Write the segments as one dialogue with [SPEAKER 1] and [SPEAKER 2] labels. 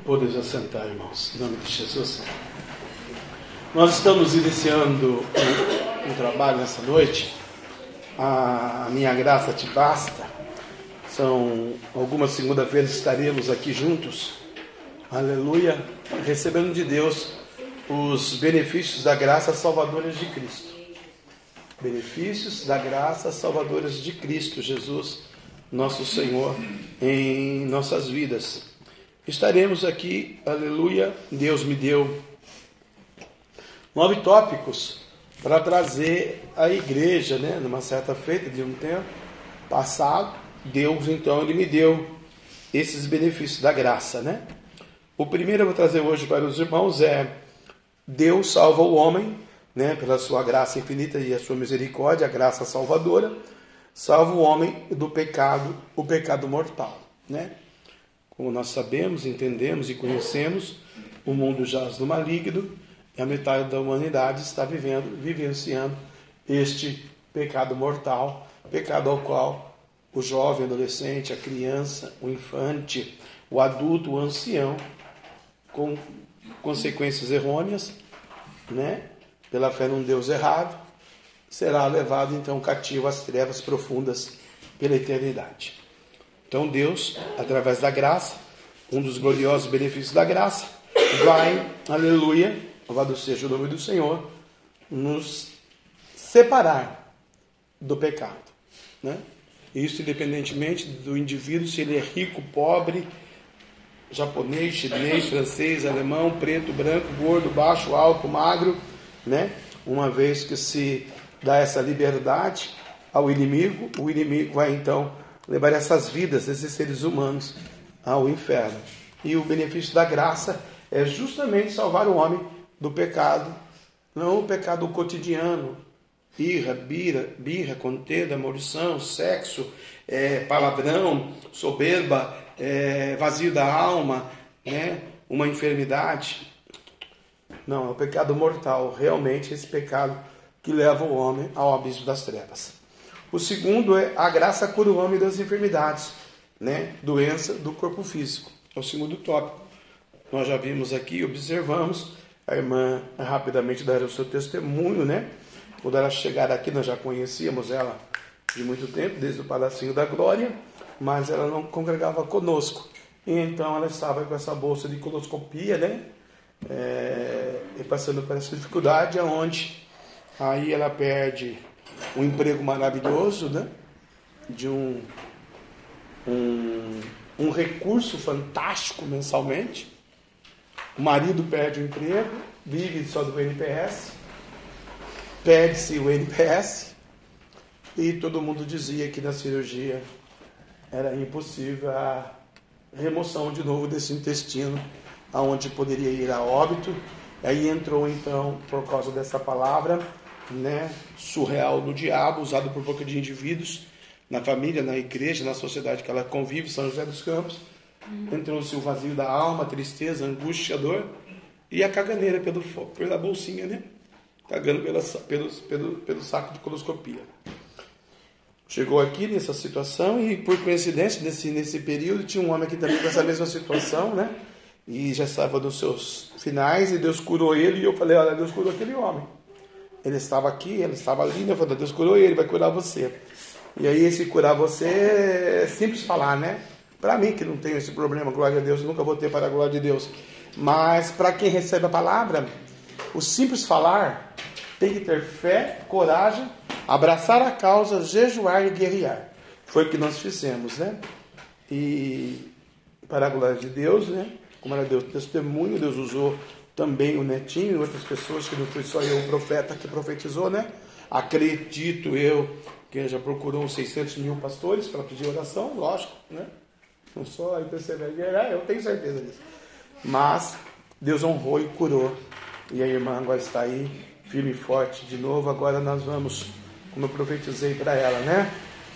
[SPEAKER 1] Podem assentar, irmãos, em nome de Jesus. Nós estamos iniciando um trabalho nessa noite. A minha graça te basta. São algumas segunda-feiras estaremos aqui juntos. Aleluia. Recebendo de Deus os benefícios da graça salvadores de Cristo. Benefícios da graça salvadores de Cristo Jesus, nosso Senhor, em nossas vidas. Estaremos aqui, aleluia, Deus me deu 9 tópicos para trazer à igreja, numa certa feita de um tempo passado. Deus, então, Ele me deu esses benefícios da graça, O primeiro eu vou trazer hoje para os irmãos é: Deus salva o homem, pela sua graça infinita e a sua misericórdia, a graça salvadora, salva o homem do pecado, o pecado mortal, Como nós sabemos, entendemos e conhecemos, o mundo jaz no maligno e a metade da humanidade está vivenciando este pecado mortal, pecado ao qual o jovem, adolescente, a criança, o infante, o adulto, o ancião, com consequências errôneas, pela fé num Deus errado, será levado então cativo às trevas profundas pela eternidade. Então Deus, através da graça, um dos gloriosos benefícios da graça, vai, aleluia, louvado seja o nome do Senhor, nos separar do pecado, Isso independentemente do indivíduo, se ele é rico, pobre, japonês, chinês, francês, alemão, preto, branco, gordo, baixo, alto, magro, Uma vez que se dá essa liberdade ao inimigo, o inimigo vai então levar essas vidas, esses seres humanos, ao inferno. E o benefício da graça é justamente salvar o homem do pecado, não o pecado cotidiano, birra, contenda, maldição, sexo, palavrão, soberba, vazio da alma, uma enfermidade. Não, é o pecado mortal, realmente esse pecado que leva o homem ao abismo das trevas. O segundo é: a graça cura o homem das enfermidades, doença do corpo físico. É o segundo tópico. Nós já vimos aqui, observamos, a irmã rapidamente dará o seu testemunho, Quando ela chegar aqui, nós já conhecíamos ela de muito tempo, desde o Palacinho da Glória, mas ela não congregava conosco. E então ela estava com essa bolsa de coloscopia, e passando por essa dificuldade, onde aí ela perde um emprego maravilhoso, de um recurso fantástico mensalmente. O marido perde o emprego, vive só do NPS, perde-se o NPS, e todo mundo dizia que na cirurgia era impossível a remoção de novo desse intestino, aonde poderia ir a óbito. Aí entrou então, por causa dessa palavra, surreal do diabo, usado por boca de indivíduos, na família, na igreja, na sociedade que ela convive, São José dos Campos, entrou-se o vazio da alma, a tristeza, a angústia, a dor, e a caganeira pela bolsinha, cagando pelo saco de coloscopia. Chegou aqui nessa situação e, por coincidência, nesse período, tinha um homem aqui também com essa mesma situação, e já estava nos seus finais, e Deus curou ele, e eu falei: olha, Deus curou aquele homem. Ele estava aqui, ele estava ali, eu falei: Deus curou ele, vai curar você. E aí, esse curar você é simples falar, Para mim, que não tenho esse problema, glória a Deus, nunca vou ter, para a glória de Deus. Mas para quem recebe a palavra, o simples falar tem que ter fé, coragem, abraçar a causa, jejuar e guerrear. Foi o que nós fizemos, E para a glória de Deus, Como era Deus testemunho, Deus usou também o netinho e outras pessoas, que não foi só eu, o profeta, que profetizou, Acredito eu que já procurou uns 600 mil pastores para pedir oração, lógico, Não só aí perseverar, eu tenho certeza disso. Mas Deus honrou e curou. E a irmã agora está aí, firme e forte de novo. Agora nós vamos, como eu profetizei para ela,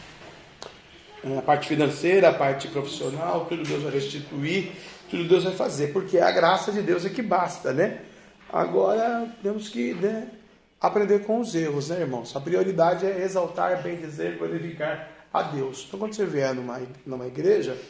[SPEAKER 1] A parte financeira, a parte profissional, tudo Deus vai restituir, tudo Deus vai fazer, porque a graça de Deus é que basta, Agora temos que aprender com os erros, irmãos? A prioridade é exaltar, bem dizer, glorificar a Deus. Então, quando você vier numa igreja,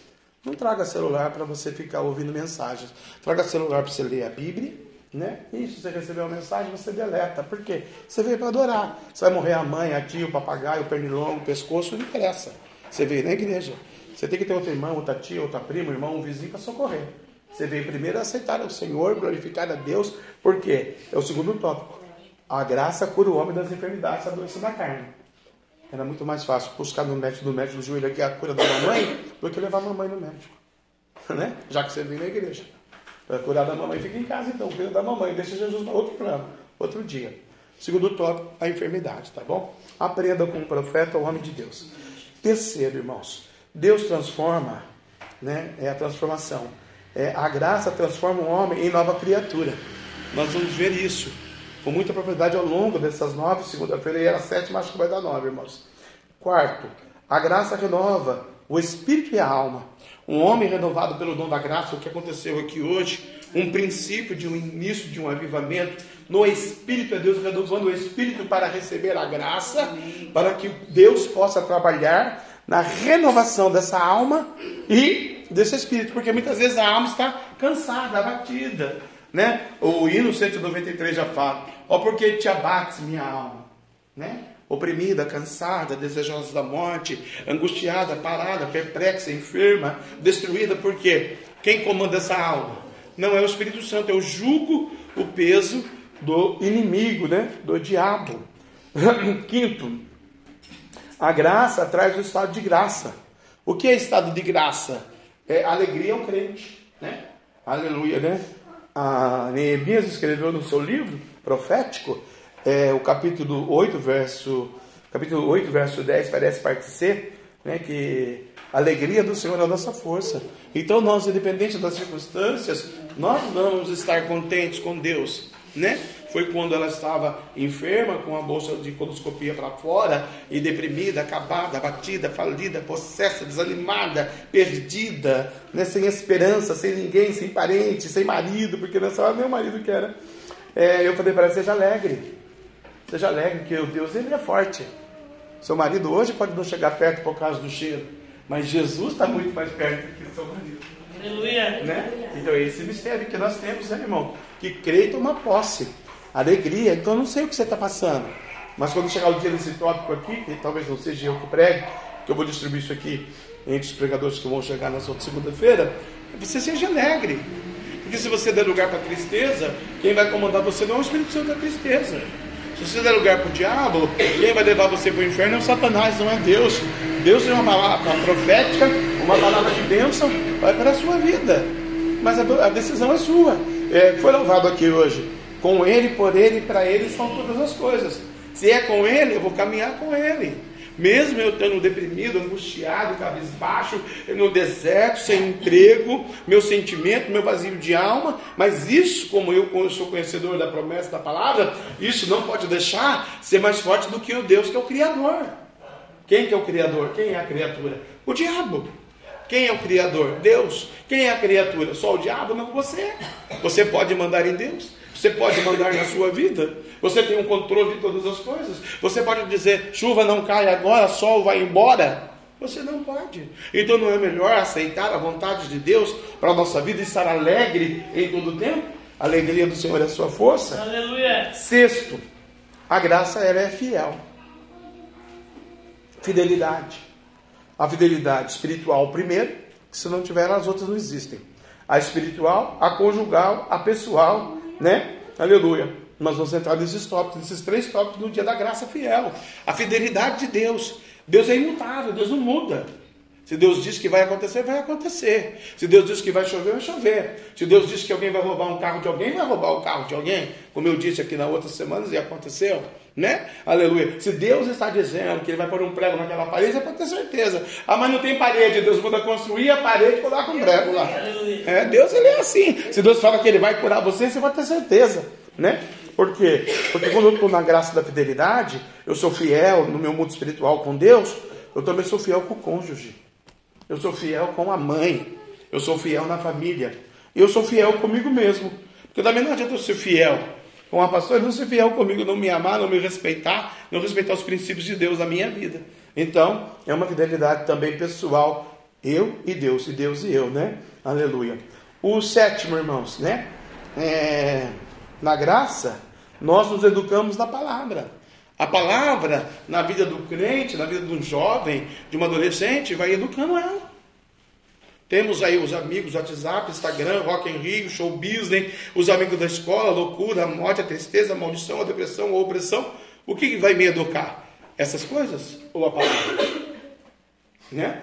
[SPEAKER 1] Não traga celular para você ficar ouvindo mensagens. Traga celular para você ler a Bíblia, né? E se você receber uma mensagem, você deleta. Por quê? Você veio para adorar. Você vai morrer a mãe, a tia, o papagaio, o pernilongo, o pescoço, não interessa. Você veio na igreja. Você tem que ter outro irmão, outra tia, outra prima, irmão, um vizinho para socorrer. Você veio primeiro a aceitar o Senhor, glorificar a Deus. Por quê? É o segundo tópico. A graça cura o homem das enfermidades, a doença da carne. Era muito mais fácil buscar no médico do joelho aqui a cura da mamãe do que levar a mamãe no médico. Né? Já que você vem na igreja. Para curar da mamãe, fica em casa então. Cuida da mamãe, deixa Jesus para outro plano, outro dia. Segundo tópico, a enfermidade, tá bom? Aprenda com o profeta, o homem de Deus. Terceiro, irmãos, Deus transforma, né? É a transformação. A graça transforma o homem em nova criatura. Nós vamos ver isso com muita propriedade ao longo dessas 9, segunda-feira, e a 7ª, acho que vai dar 9, irmãos. Quarto, a graça renova o espírito e a alma. Um homem renovado pelo dom da graça, o que aconteceu aqui hoje, um princípio de um início de um avivamento no espírito, é Deus renovando o espírito para receber a graça, para que Deus possa trabalhar na renovação dessa alma e desse espírito, porque muitas vezes a alma está cansada, abatida, né? O hino 193 já fala: ó, porque te abates minha alma, né? Oprimida, cansada, desejosa da morte, angustiada, parada, perplexa, enferma, destruída. Por quê? Quem comanda essa alma? Não é o Espírito Santo, é o jugo, o peso do inimigo, né? Do diabo. Quinto, a graça traz o estado de graça. O que é estado de graça? É alegria ao crente, né? Aleluia, né? A Neemias escreveu no seu livro profético, o capítulo 8, verso 10, parece parte C, né, que a alegria do Senhor é a nossa força. Então nós, independente das circunstâncias, nós vamos estar contentes com Deus, né? Foi quando ela estava enferma, com a bolsa de coloscopia para fora, e deprimida, acabada, abatida, falida, possessa, desanimada, perdida, né? Sem esperança, sem ninguém, sem parente, sem marido, porque nessa hora nem o marido que era. Eu falei para ela: seja alegre, porque o Deus, ele é forte. Seu marido hoje pode não chegar perto por causa do cheiro, mas Jesus está muito mais perto do que o seu marido. Aleluia. Né? Então é esse mistério que nós temos, né, irmão? Que crê e toma posse. Alegria. Então eu não sei o que você está passando, mas quando chegar o dia desse tópico aqui, que talvez não seja eu que pregue, que eu vou distribuir isso aqui entre os pregadores que vão chegar nessa outra segunda-feira, você seja alegre. Porque se você der lugar para a tristeza, quem vai comandar você não é o Espírito Santo da tristeza. Se você der lugar para o diabo, quem vai levar você para o inferno é o Satanás, não é Deus. Deus é uma palavra profética, uma palavra de bênção, vai para a sua vida. Mas a decisão é sua. Foi louvado aqui hoje: com Ele, por Ele e para Ele são todas as coisas. Se é com Ele, eu vou caminhar com Ele. Mesmo eu estando deprimido, angustiado, cabisbaixo, no deserto, sem emprego, meu sentimento, meu vazio de alma, mas isso, como eu sou conhecedor da promessa da palavra, isso não pode deixar ser mais forte do que o Deus, que é o Criador. Quem que é o Criador? Quem é a criatura? O diabo. Quem é o Criador? Deus. Quem é a criatura? Só o diabo? Não, você. Você pode mandar em Deus. Você pode mandar na sua vida. Você tem um controle de todas as coisas. Você pode dizer: chuva não cai agora, sol vai embora. Você não pode. Então não é melhor aceitar a vontade de Deus para a nossa vida e estar alegre em todo o tempo? A alegria do Senhor é a sua força. Aleluia. Sexto, a graça, ela é fiel. Fidelidade. A fidelidade espiritual primeiro, que se não tiver as outras não existem. A espiritual, a conjugal, a pessoal, né? Aleluia. Nós vamos entrar nesses tópicos, nesses 3 tópicos do dia da graça fiel. A fidelidade de Deus. Deus é imutável, Deus não muda. Se Deus diz que vai acontecer, vai acontecer. Se Deus diz que vai chover, vai chover. Se Deus diz que alguém vai roubar um carro de alguém, vai roubar o carro de alguém. Como eu disse aqui na outras semanas e aconteceu, né? Aleluia. Se Deus está dizendo que Ele vai pôr um prego naquela parede, é para ter certeza. Ah, mas não tem parede. Deus manda construir a parede e coloca um prego lá. Deus, Ele é assim. Se Deus fala que Ele vai curar você, você vai ter certeza, né? Por quê? Porque quando eu estou na graça da fidelidade, eu sou fiel no meu mundo espiritual com Deus, eu também sou fiel com o cônjuge. Eu sou fiel com a mãe. Eu sou fiel na família. Eu sou fiel comigo mesmo. Porque também não adianta eu ser fiel com a pastora, não ser fiel comigo, não me amar, não me respeitar, não respeitar os princípios de Deus na minha vida. Então, é uma fidelidade também pessoal Eu e Deus e eu, né? Aleluia. O sétimo, irmãos, né? Na graça, nós nos educamos na palavra. A palavra, na vida do crente, na vida de um jovem, de um adolescente, vai educando ela. Temos aí os amigos, WhatsApp, Instagram, Rock in Rio, Show Business, os amigos da escola, a loucura, a morte, a tristeza, a maldição, a depressão, a opressão. O que vai me educar? Essas coisas ou a palavra? Né?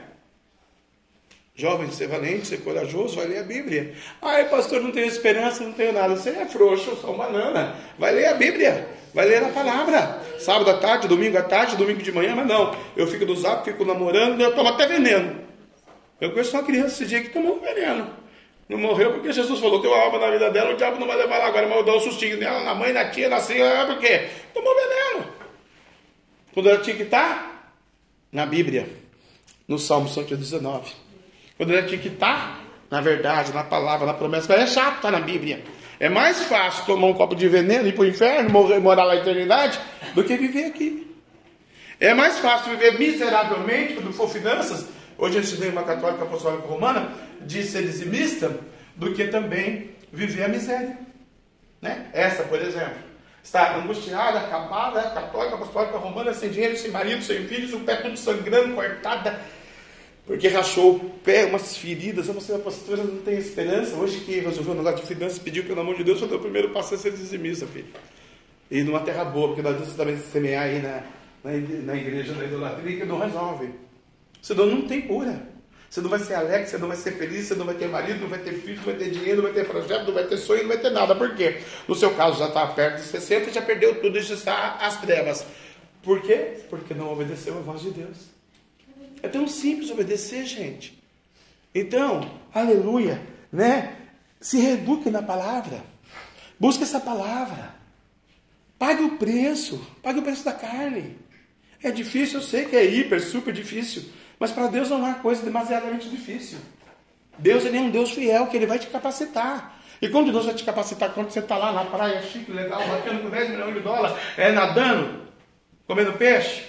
[SPEAKER 1] Jovem, ser valente, ser corajoso, vai ler a Bíblia. Ai, pastor, não tenho esperança, não tenho nada. Você é frouxo, só um banana. Vai ler a Bíblia, vai ler a palavra. Sábado à tarde, domingo de manhã, mas não. Eu fico no zap, fico namorando, eu tomo até veneno. Eu conheço uma criança esse dia que tomou um veneno. Não morreu porque Jesus falou, deu alma na vida dela, o diabo não vai levar lá agora, mas eu dou um sustinho nela, na mãe, na tia, na filha, por quê? Tomou veneno. Quando ela tinha que estar na Bíblia, no Salmo 119. Quando ela tinha que estar, na verdade, na palavra, na promessa, mas é chato estar na Bíblia. É mais fácil tomar um copo de veneno, ir para o inferno, morar lá na eternidade, do que viver aqui. É mais fácil viver miseravelmente, quando for finanças. Hoje eu estudei uma católica apostólica romana, de ser dizimista, do que também viver a miséria. Né? Essa, por exemplo, está angustiada, acabada, católica apostólica romana, sem dinheiro, sem marido, sem filhos, o pé tudo sangrando, cortada, porque rachou o pé, umas feridas. Você, a pastora, não tem esperança. Hoje que resolveu um negócio de finanças, pediu pelo amor de Deus, eu dei o primeiro passo a ser dizimista, filho. E numa terra boa, porque nós Deus também semear aí na igreja da idolatria, que não resolve. Senão não tem cura. Você não vai ser alegre, você não vai ser feliz, você não vai ter marido, não vai ter filho, não vai ter dinheiro, não vai ter projeto, não vai ter sonho, não vai ter nada. Por quê? No seu caso já está perto de 60, já perdeu tudo e já está às trevas. Por quê? Porque não obedeceu a voz de Deus. É tão simples obedecer, gente. Então, aleluia, né? Se reeduque na palavra. Busque essa palavra. Pague o preço da carne. É difícil, eu sei que é hiper, super difícil. Mas para Deus não há coisa demasiadamente difícil. Deus, ele é um Deus fiel, que ele vai te capacitar. E quando Deus vai te capacitar, quando você está lá na praia, chique, legal, batendo com 10 milhões de dólares, nadando, comendo peixe,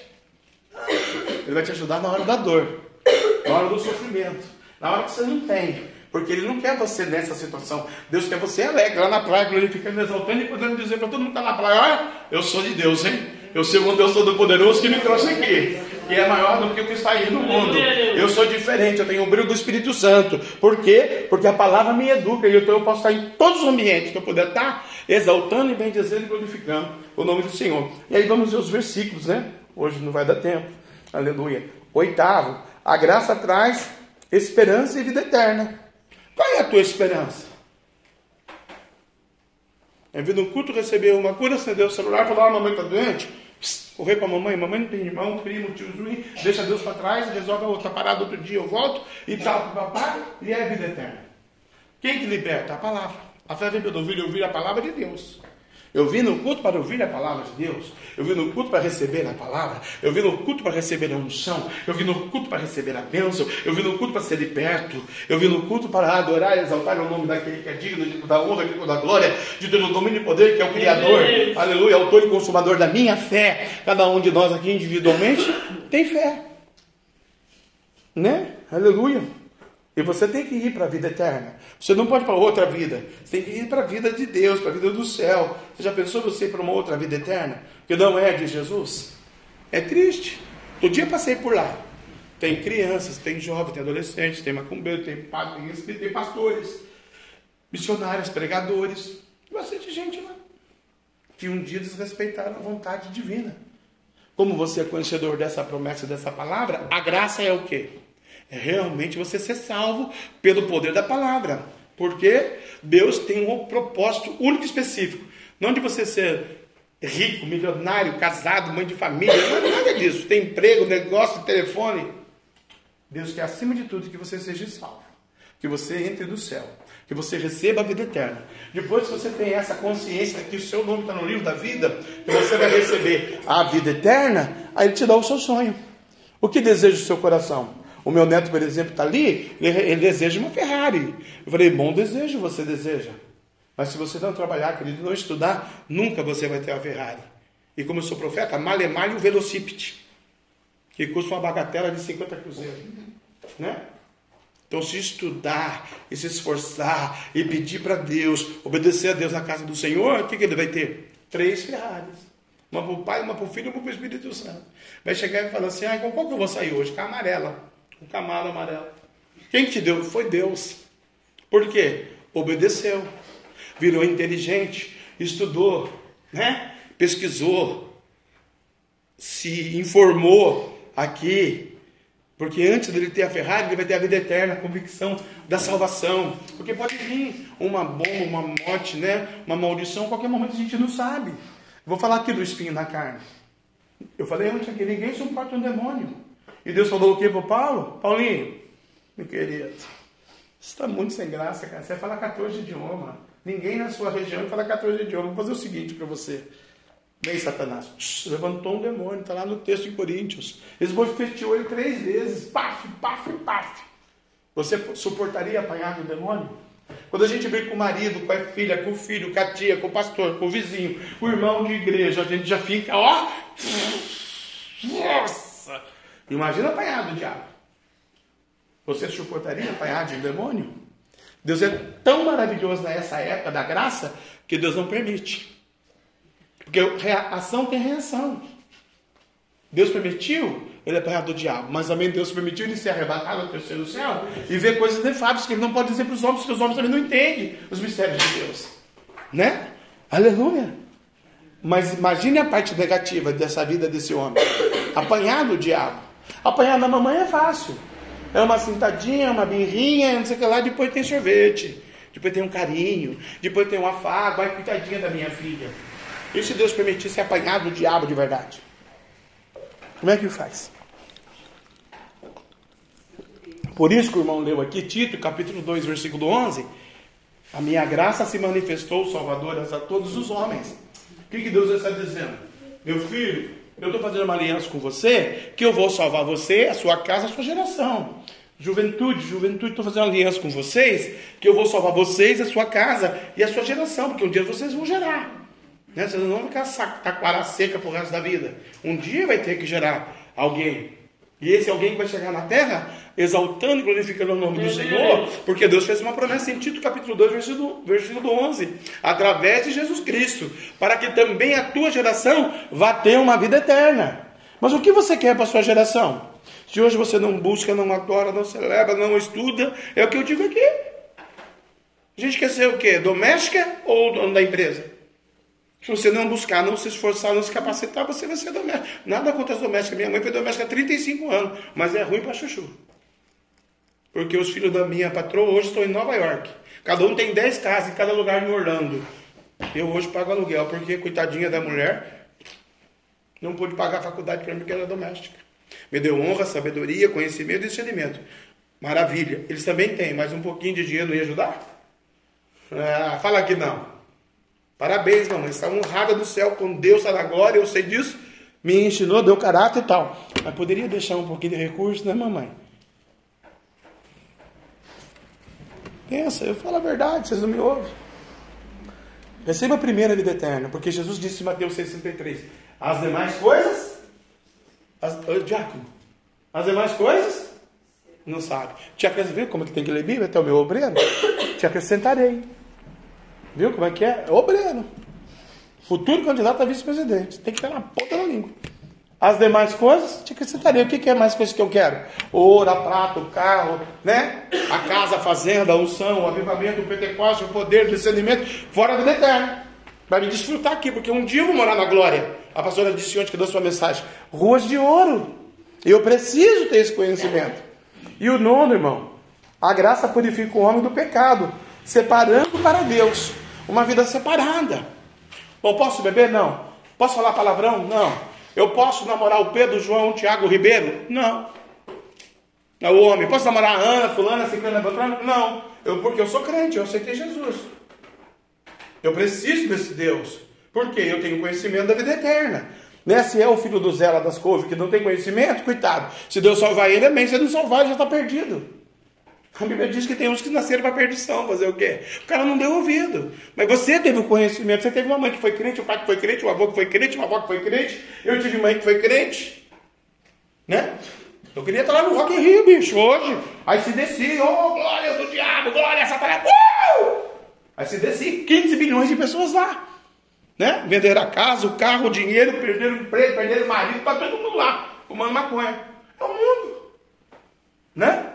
[SPEAKER 1] ele vai te ajudar na hora da dor, na hora do sofrimento, na hora que você não tem. Porque ele não quer você nessa situação. Deus quer você alegre, lá na praia, glorificando, exaltando e podendo dizer para todo mundo que está na praia, olha, eu sou de Deus, hein? Eu sei um Deus Todo-Poderoso que me trouxe aqui, que é maior do que o que está aí no mundo. Eu sou diferente, eu tenho o brilho do Espírito Santo. Por quê? Porque a palavra me educa, e então eu posso estar em todos os ambientes que eu puder estar, exaltando e bendizendo e glorificando o nome do Senhor. E aí vamos ver os versículos, né? Hoje não vai dar tempo. Aleluia. 8º, a graça traz esperança e vida eterna. Qual é a tua esperança? É vir no culto, receber uma cura, acender o celular, falar, mamãe está doente? Correr com a mamãe não tem irmão, primo, tiozinho, deixa Deus para trás, resolve a outra parada, outro dia eu volto, e tal, papai, e é a vida eterna. Quem que liberta? A palavra. A fé vem pelo ouvir a palavra de Deus. Eu vim no culto para ouvir a palavra de Deus. Eu vim no culto para receber a palavra. Eu vim no culto para receber a unção. Eu vim no culto para receber a bênção. Eu vim no culto para ser liberto. Eu vim no culto para adorar e exaltar o nome daquele que é digno da honra, digno da glória, de todo o domínio e poder, que é o Criador. Aleluia, autor e consumador da minha fé. Cada um de nós aqui individualmente tem fé. Né? Aleluia. E você tem que ir para a vida eterna. Você não pode ir para outra vida. Você tem que ir para a vida de Deus, para a vida do céu. Você já pensou você ir para uma outra vida eterna? Que não é de Jesus? É triste. Todo dia passei por lá. Tem crianças, tem jovens, tem adolescentes, tem macumbeiros, tem padres, tem pastores, missionários, pregadores. Bastante gente lá. Que um dia desrespeitaram a vontade divina. Como você é conhecedor dessa promessa, dessa palavra, a graça é o quê? É realmente você ser salvo pelo poder da palavra. Porque Deus tem um propósito único e específico. Não de você ser rico, milionário, casado, mãe de família. Não é nada disso. Tem emprego, negócio, telefone. Deus quer acima de tudo que você seja salvo. Que você entre no céu. Que você receba a vida eterna. Depois que você tem essa consciência que o seu nome está no livro da vida, que você vai receber a vida eterna, aí Ele te dá o seu sonho. O que deseja o seu coração? O meu neto, por exemplo, está ali, ele deseja uma Ferrari. Eu falei, bom desejo você deseja. Mas se você não trabalhar, querido, não estudar, nunca você vai ter a Ferrari. E como eu sou profeta, male o Velocipede, que custa uma bagatela de 50 cruzeiros. Né? Então, se estudar e se esforçar e pedir para Deus, obedecer a Deus na casa do Senhor, o que ele vai ter? 3 Ferraris. Uma para o Pai, uma para o Filho e uma para o Espírito Santo. Vai chegar e falar assim, com qual que eu vou sair hoje? Com a amarela. Com o Camaro amarelo. Quem te deu? Foi Deus. Por quê? Obedeceu. Virou inteligente. Estudou. Pesquisou. Se informou aqui. Porque antes dele ter a Ferrari, ele vai ter a vida eterna, a convicção da salvação. Porque pode vir uma bomba, uma morte, uma maldição, a qualquer momento a gente não sabe. Vou falar aqui do espinho na carne. Eu falei antes aqui, ninguém suporta um demônio. E Deus falou o que para o Paulo? Paulinho, meu querido, você está muito sem graça, cara. Você fala 14 idiomas. Ninguém na sua região fala 14 idiomas. Vou fazer o seguinte para você. Vem, Satanás. Levantou um demônio, está lá no texto de Coríntios. Esbofeteou ele 3 vezes. Paf, paf, paf. Você suportaria apanhar do demônio? Quando a gente briga com o marido, com a filha, com o filho, com a tia, com o pastor, com o vizinho, com o irmão de igreja, a gente já fica, nossa! Imagina apanhar do diabo. Você suportaria apanhar de um demônio? Deus é tão maravilhoso nessa época da graça que Deus não permite. Porque ação tem reação. Deus permitiu ele apanhar do diabo, mas também Deus permitiu ele ser arrebatado ao terceiro céu e ver coisas inefáveis que ele não pode dizer para os homens, porque os homens também não entendem os mistérios de Deus. Aleluia! Mas imagine a parte negativa dessa vida desse homem. Apanhar do diabo. Apanhar da mamãe é fácil. É uma sentadinha, uma birrinha, não sei o que lá, depois tem sorvete. Depois tem um carinho. Depois tem um afago. Ai, coitadinha da minha filha. E se Deus permitisse apanhar do diabo de verdade? Como é que faz? Por isso que o irmão leu aqui, Tito, capítulo 2, versículo 11. A minha graça se manifestou salvadoras a todos os homens. O que Deus está dizendo? Meu filho, eu estou fazendo uma aliança com você, que eu vou salvar você, a sua casa, a sua geração. Juventude, estou fazendo uma aliança com vocês, que eu vou salvar vocês, a sua casa e a sua geração, porque um dia vocês vão gerar. Vocês não vão ficar taquara seca pro resto da vida. Um dia vai ter que gerar alguém. E esse alguém vai chegar na terra exaltando e glorificando o nome do Senhor, porque Deus fez uma promessa em Tito capítulo 2, versículo 11, através de Jesus Cristo, para que também a tua geração vá ter uma vida eterna. Mas o que você quer para a sua geração? Se hoje você não busca, não adora, não celebra, não estuda, é o que eu digo aqui. A gente quer ser o quê? Doméstica ou dono da empresa? Se você não buscar, não se esforçar, não se capacitar, você vai ser doméstica. Nada contra as domésticas. Minha mãe foi doméstica há 35 anos, mas é ruim para chuchu. Porque os filhos da minha patroa hoje estão em Nova York. Cada um tem 10 casas em cada lugar em Orlando. Eu hoje pago aluguel, porque coitadinha da mulher não pôde pagar a faculdade para mim, porque era doméstica. Me deu honra, sabedoria, conhecimento e discernimento. Maravilha. Eles também têm, mas um pouquinho de dinheiro não ia ajudar? Fala que não. Parabéns, mamãe, está honrada do céu com Deus, está na glória, eu sei disso, me ensinou, deu caráter e tal. Mas poderia deixar um pouquinho de recurso, né, mamãe? Pensa, eu falo a verdade, vocês não me ouvem. Receba a primeira vida eterna, porque Jesus disse em Mateus 6,63, as demais coisas, diácono, as demais coisas, não sabe. Te acrescentarei, como é que tem que ler Bíblia, até o meu obreiro? Te acrescentarei. Viu como é que é? É obreiro. Futuro candidato a vice-presidente. Tem que estar na ponta da língua. As demais coisas, te acrescentarei. O que é mais coisas que eu quero? Ouro, a prata, o carro, a casa, a fazenda, a unção, o avivamento, o Pentecoste, o poder, o discernimento, fora da vida eterna. Vai me desfrutar aqui, porque um dia eu vou morar na glória. A pastora disse ontem que deu sua mensagem. Ruas de ouro. Eu preciso ter esse conhecimento. E o nono, irmão, a graça purifica o homem do pecado, separando para Deus. Uma vida separada. Bom, posso beber? Não. Posso falar palavrão? Não. Eu posso namorar o Pedro, João, Tiago, Ribeiro? Não. O homem. Posso namorar a Ana, fulana, ciclana, beltrana? Não. Porque eu sou crente, eu aceitei Jesus. Eu preciso desse Deus. Por quê? Eu tenho conhecimento da vida eterna. Se é o filho do Zé lá das couves que não tem conhecimento, coitado. Se Deus salvar ele, amém. Se ele não salvar, ele já está perdido. A Bíblia diz que tem uns que nasceram para perdição, fazer o quê? O cara não deu ouvido. Mas você teve o conhecimento, você teve uma mãe que foi crente, o pai que foi crente, o avô que foi crente, uma avó que foi crente, eu tive mãe que foi crente. Eu queria estar lá no Rock in Rio, bicho, hoje. Aí se descia, glória do diabo, glória a Satanás. Aí se descia 15 bilhões de pessoas lá. Né? Venderam a casa, o carro, o dinheiro, perderam o emprego, perderam o marido, está todo mundo lá, fumando maconha. É o mundo. Né?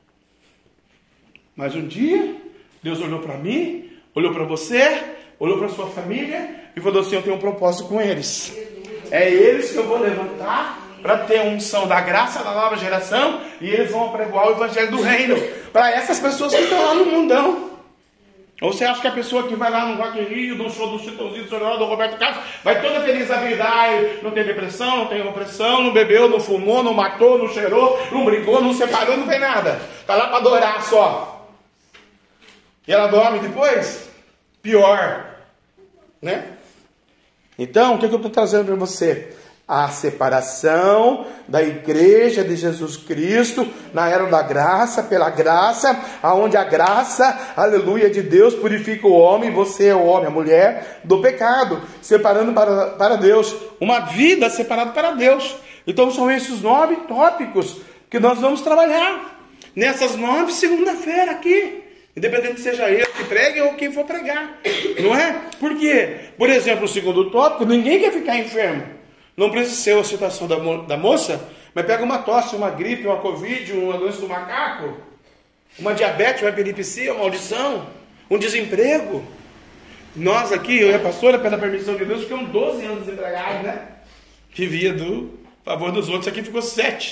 [SPEAKER 1] Mas um dia, Deus olhou para mim, olhou para você, olhou para sua família e falou assim: eu tenho um propósito com eles. É eles que eu vou levantar para ter a unção da graça da nova geração e eles vão pregoar o evangelho do reino para essas pessoas que estão lá no mundão. Ou você acha que a pessoa que vai lá no Rock in Rio, no show do Chitãozinho, do Roberto Carlos, vai toda feliz a vida? Não tem depressão, não tem opressão, não bebeu, não fumou, não matou, não cheirou, não brigou, não separou, não tem nada. Está lá para adorar só. E ela dorme depois? Pior. Né? Então, o que eu estou trazendo para você? A separação da igreja de Jesus Cristo na era da graça, pela graça, aonde a graça, aleluia, de Deus purifica o homem, você é o homem, a mulher, do pecado, separando para Deus, uma vida separada para Deus. Então são esses 9 tópicos que nós vamos trabalhar nessas 9 segunda-feira aqui. Independente seja eu que pregue ou quem for pregar, não é? Por quê? Por exemplo, o segundo tópico, ninguém quer ficar enfermo. Não precisa ser a situação da moça, mas pega uma tosse, uma gripe, uma covid, uma doença do macaco, uma diabetes, uma epilepsia, uma maldição, um desemprego. Nós aqui, eu e a pastora, pela permissão de Deus, ficamos 12 anos desempregados, né? Vivia do favor dos outros. Aqui ficou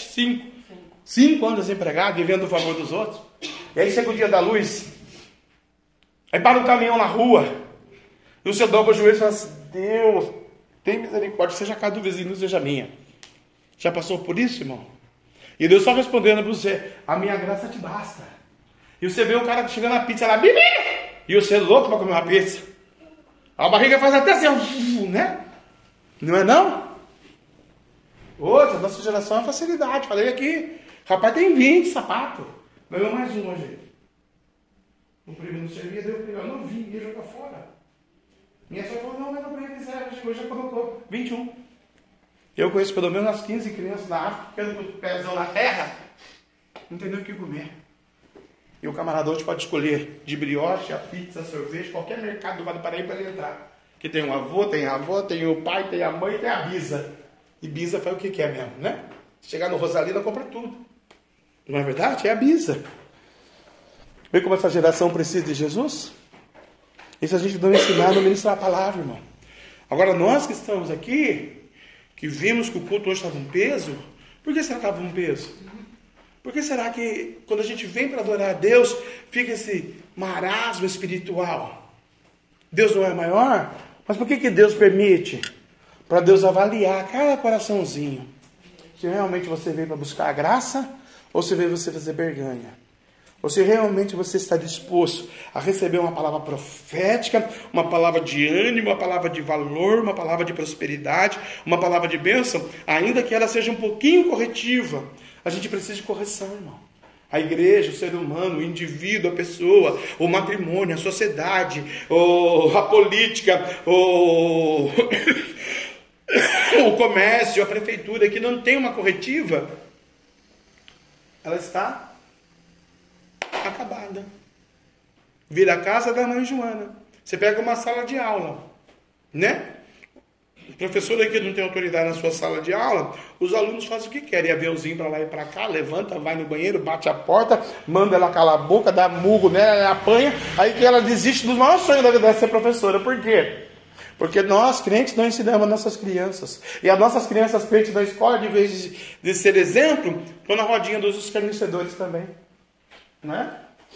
[SPEAKER 1] 5 anos desempregado, vivendo do favor dos outros. E aí chega o dia da luz, aí para um caminhão na rua, e você dobra o joelho e fala assim: Deus, tem misericórdia, seja a casa do vizinho, não seja minha. Já passou por isso, irmão? E Deus só respondendo para você: a minha graça te basta. E você vê o cara chegando na pizza lá, bibi! E você é louco para comer uma pizza. A barriga faz até assim, né? Não é não? Hoje, a nossa geração é facilidade. Falei aqui, rapaz tem 20 sapatos. Ganhou mais um hoje. O primo não servia, deu o primo. Eu não vi, ia jogar fora. Minha sogra falou: não, mas não precisa, hoje já colocou 21. Eu conheço pelo menos umas 15 crianças na África, com o pezão na terra, não tem nem o que comer. E o camarada hoje pode escolher de brioche, a pizza, sorvete, qualquer mercado do Vale do Paraíba para ele entrar. Que tem um avô, tem a avó, tem o pai, tem a mãe, tem a bisa. E bisa faz o que é mesmo, né? Se chegar no Rosalina, compra tudo. Não é verdade? É a bisa. Vê como essa geração precisa de Jesus? E se a gente não ensinar, não ministrar a palavra, irmão? Agora, nós que estamos aqui, que vimos que o culto hoje estava um peso, por que será que estava um peso? Por que será que quando a gente vem para adorar a Deus, fica esse marasmo espiritual? Deus não é maior? Mas por que Deus permite? Para Deus avaliar cada coraçãozinho. Se realmente você veio para buscar a graça, ou se veio você fazer berganha. Ou se realmente você está disposto a receber uma palavra profética, uma palavra de ânimo, uma palavra de valor, uma palavra de prosperidade, uma palavra de bênção, ainda que ela seja um pouquinho corretiva. A gente precisa de correção, irmão. A igreja, o ser humano, o indivíduo, a pessoa, o matrimônio, a sociedade, a política, o comércio, a prefeitura, que não tem uma corretiva, ela está acabada. Vira a casa da mãe Joana. Você pega uma sala de aula, né? O professor aqui não tem autoridade na sua sala de aula, os alunos fazem o que querem, aviãozinho para lá e para cá, levanta, vai no banheiro, bate a porta, manda ela calar a boca, dá murro nela, ela apanha, aí que ela desiste dos maiores sonhos da vida dela, ser professora. Por quê? Porque nós, crentes, não ensinamos nossas crianças. E as nossas crianças crentes na escola, de vez de ser exemplo, estão na rodinha dos escarnecedores também. Né?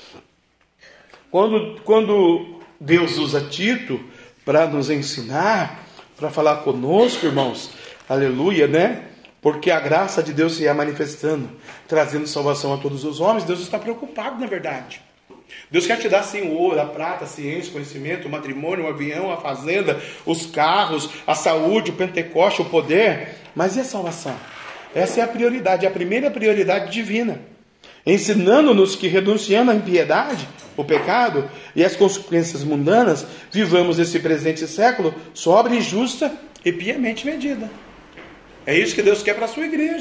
[SPEAKER 1] Quando Deus usa Tito para nos ensinar, para falar conosco, irmãos, aleluia, né? Porque a graça de Deus se ia manifestando, trazendo salvação a todos os homens. Deus está preocupado, na verdade. Deus quer te dar sim o ouro, a prata, a ciência, o conhecimento, o matrimônio, o avião, a fazenda, os carros, a saúde, o Pentecoste, o poder. Mas e a salvação? Essa é a prioridade, a primeira prioridade divina. Ensinando-nos que, renunciando à impiedade, o pecado e as consequências mundanas, vivamos esse presente século sóbria e justa e piamente medida. É isso que Deus quer para a sua igreja.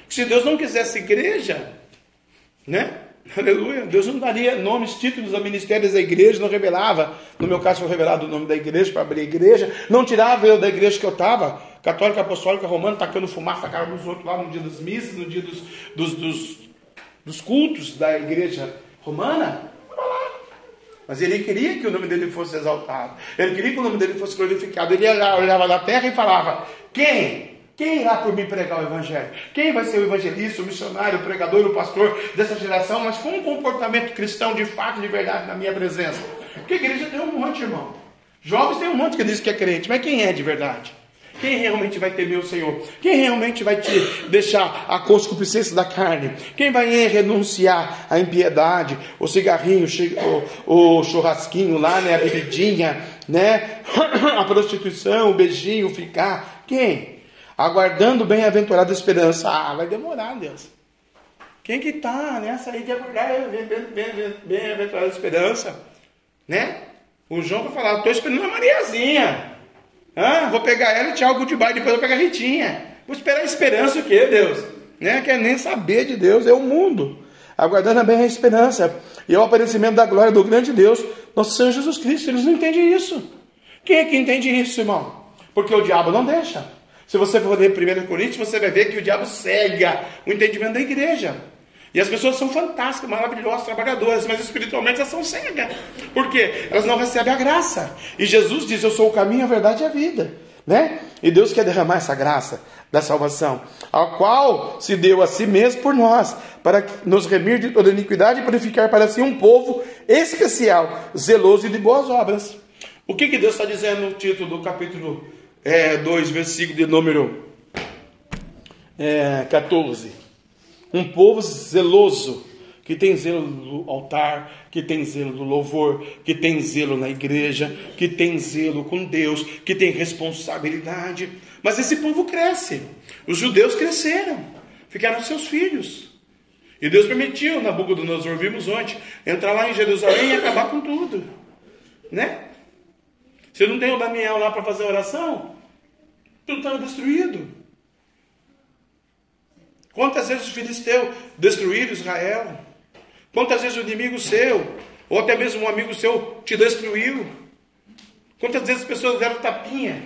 [SPEAKER 1] Se Deus não quisesse igreja, né? Aleluia, Deus não daria nomes, títulos a ministérios da igreja, não revelava. No meu caso foi revelado o nome da igreja para abrir a igreja, não tirava eu da igreja que eu estava, católica, apostólica, romana, tacando fumaça na cara dos outros lá no dia das missas, no dia dos cultos da igreja romana. Mas ele queria que o nome dele fosse exaltado, ele queria que o nome dele fosse glorificado. Ele olhava na terra e falava: quem irá por mim pregar o evangelho? Quem vai ser o evangelista, o missionário, o pregador, o pastor dessa geração, mas com um comportamento cristão de fato, de verdade, na minha presença? Porque a igreja tem um monte, irmão. Jovens tem um monte que diz que é crente, mas quem é de verdade? Quem realmente vai temer o Senhor? Quem realmente vai te deixar a concupiscência da carne? Quem vai renunciar à impiedade, o cigarrinho, o churrasquinho lá, né, a bebidinha, né, a prostituição, o beijinho, ficar? Quem? Aguardando bem-aventurada esperança. Vai demorar, Deus. Quem que está nessa aí de aguardar bem-aventurada esperança? Né? O João vai falar: estou esperando a Mariazinha. Vou pegar ela e tchau, goodbye, depois eu vou pegar a Ritinha. Vou esperar a esperança o quê, Deus? Né? Quer nem saber de Deus, é o mundo. Aguardando bem a esperança e o aparecimento da glória do grande Deus, nosso Senhor Jesus Cristo. Eles não entendem isso. Quem é que entende isso, irmão? Porque o diabo não deixa. Se você for ler 1 Coríntios, você vai ver que o diabo cega o entendimento da igreja. E as pessoas são fantásticas, maravilhosas, trabalhadoras, mas espiritualmente elas são cegas. Por quê? Elas não recebem a graça. E Jesus diz: eu sou o caminho, a verdade e a vida. Né? E Deus quer derramar essa graça da salvação, a qual se deu a si mesmo por nós, para nos remir de toda iniquidade e purificar para si um povo especial, zeloso e de boas obras. O que Deus está dizendo no título do capítulo 2, versículo de número 14? Um povo zeloso, que tem zelo do altar, que tem zelo do louvor, que tem zelo na igreja, que tem zelo com Deus, que tem responsabilidade. Mas esse povo cresce. Os judeus cresceram, ficaram seus filhos. E Deus permitiu, Nabucodonosor, vimos ontem, entrar lá em Jerusalém e acabar com tudo. Né? Se não tem o Daniel lá para fazer oração, tudo estava destruído. Quantas vezes os filisteus destruíram Israel? Quantas vezes o inimigo seu, ou até mesmo um amigo seu, te destruiu? Quantas vezes as pessoas deram tapinha?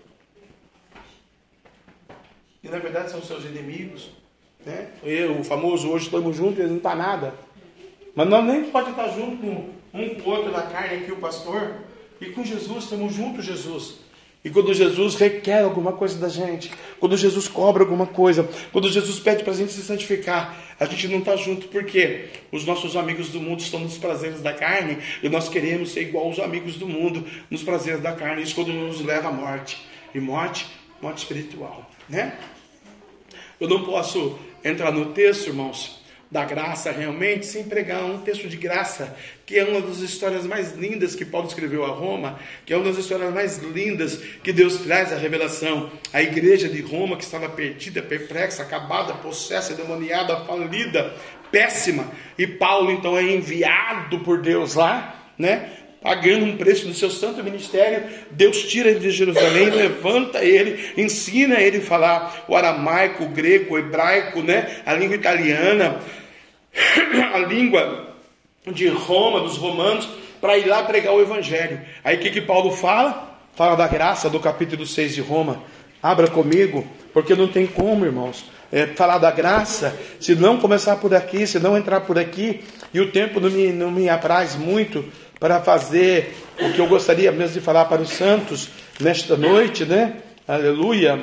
[SPEAKER 1] E na verdade são seus inimigos. Né? O famoso hoje estamos juntos, eles não estão nada. Mas nós nem podemos estar juntos com um com o outro na carne aqui, o pastor. E com Jesus, estamos juntos, Jesus. E quando Jesus requer alguma coisa da gente, quando Jesus cobra alguma coisa, quando Jesus pede para a gente se santificar, a gente não está junto, porque os nossos amigos do mundo estão nos prazeres da carne, e nós queremos ser igual aos amigos do mundo, nos prazeres da carne. Isso quando nos leva à morte, e morte espiritual, né? Eu não posso entrar no texto, irmãos, da graça realmente, sem pregar um texto de graça, que é uma das histórias mais lindas que Paulo escreveu a Roma, que é uma das histórias mais lindas que Deus traz a revelação. A igreja de Roma, que estava perdida, perplexa, acabada, possessa, endemoniada, falida, péssima, e Paulo então é enviado por Deus lá, né? Pagando um preço do seu santo ministério. Deus tira ele de Jerusalém, levanta ele, ensina ele a falar o aramaico, o grego, o hebraico, né? A língua italiana, a língua de Roma, dos romanos, para ir lá pregar o evangelho. Aí o que Paulo fala? Fala da graça do capítulo 6 de Roma. Abra comigo, porque não tem como, irmãos, falar da graça, se não começar por aqui, se não entrar por aqui, e o tempo não me apraz muito para fazer o que eu gostaria mesmo de falar para os santos nesta noite, né? Aleluia.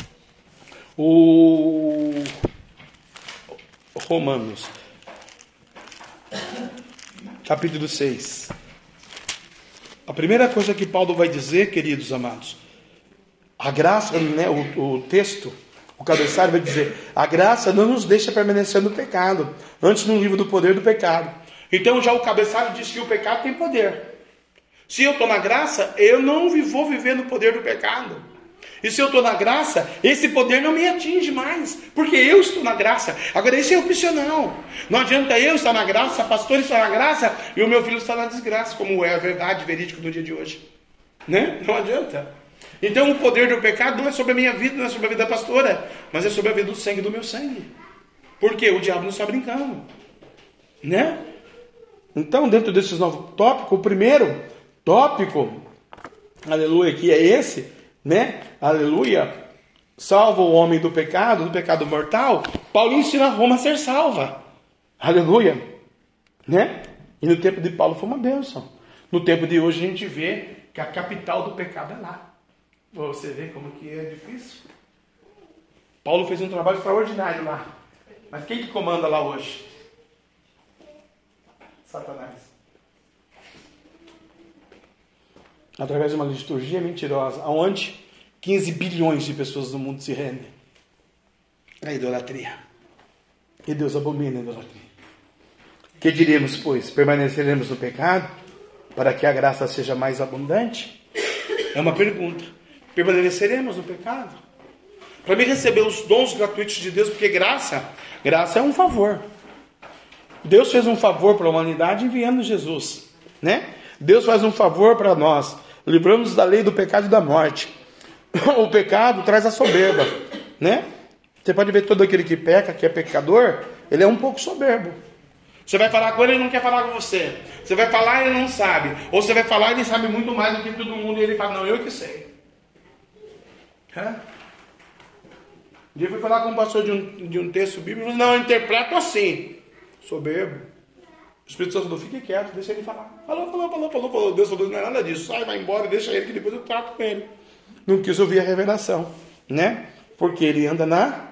[SPEAKER 1] O Romanos, capítulo 6. A primeira coisa que Paulo vai dizer, queridos amados, a graça, né, o texto, o cabeçalho vai dizer: a graça não nos deixa permanecer no pecado, antes no livro do poder do pecado. Então já o cabeçalho diz que o pecado tem poder. Se eu estou na graça, eu não vou viver no poder do pecado. E se eu estou na graça, esse poder não me atinge mais, porque eu estou na graça. Agora isso é opcional. Não adianta eu estar na graça, pastor estar na graça e o meu filho estar na desgraça, como é a verdade verídica no dia de hoje, né? Não adianta. Então o poder do pecado não é sobre a minha vida, não é sobre a vida da pastora, mas é sobre a vida do sangue do meu sangue. Porque o diabo não está brincando, né? Então, dentro desses 9 tópicos, o primeiro tópico, aleluia, que é esse, né? Aleluia, salva o homem do pecado mortal. Paulo ensina Roma a ser salva, aleluia, né? E no tempo de Paulo foi uma bênção. No tempo de hoje a gente vê que a capital do pecado é lá. Você vê como que é difícil. Paulo fez um trabalho extraordinário lá. Mas quem que comanda lá hoje? Satanás. Através de uma liturgia mentirosa, onde 15 bilhões de pessoas do mundo se rendem à idolatria. E Deus abomina a idolatria. Que diremos, pois? Permaneceremos no pecado para que a graça seja mais abundante? É uma pergunta. Permaneceremos no pecado? Para mim receber os dons gratuitos de Deus, porque graça é um favor. Deus fez um favor para a humanidade enviando Jesus, né? Deus faz um favor para nós, livrando-nos da lei do pecado e da morte. O pecado traz a soberba, né? Você pode ver todo aquele que peca, que é pecador, ele é um pouco soberbo. Você vai falar com ele, ele não quer falar com você. Você vai falar, ele não sabe. Ou você vai falar, ele sabe muito mais do que todo mundo, e ele fala, não, eu que sei. Um dia eu fui falar com um pastor de um texto bíblico, ele falou, não, eu interpreto assim. Soberbo. O Espírito Santo falou, fique quieto, deixa ele falar. Falou. Deus falou, não é nada disso. Sai, vai embora, deixa ele, que depois eu trato com ele. Não quis ouvir a revelação, né? Porque ele anda na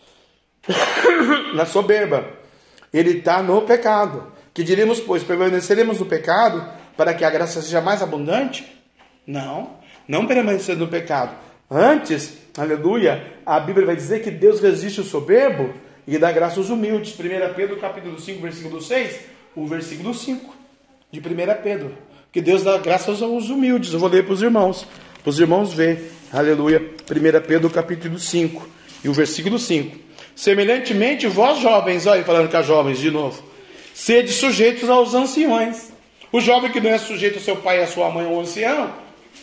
[SPEAKER 1] soberba. Ele está no pecado. Que diríamos, pois, permaneceremos no pecado para que a graça seja mais abundante? Não permanecer no pecado. Antes, aleluia, a Bíblia vai dizer que Deus resiste o soberbo e dá graça aos humildes. 1 Pedro capítulo 5, versículo 6, o versículo 5 de 1 Pedro. Que Deus dá graças aos humildes. Eu vou ler para os irmãos ver. Aleluia. 1 Pedro capítulo 5 e o versículo 5. Semelhantemente, vós jovens, olha falando com as jovens de novo, sede sujeitos aos anciões. O jovem que não é sujeito ao seu pai e à sua mãe ou ao ancião,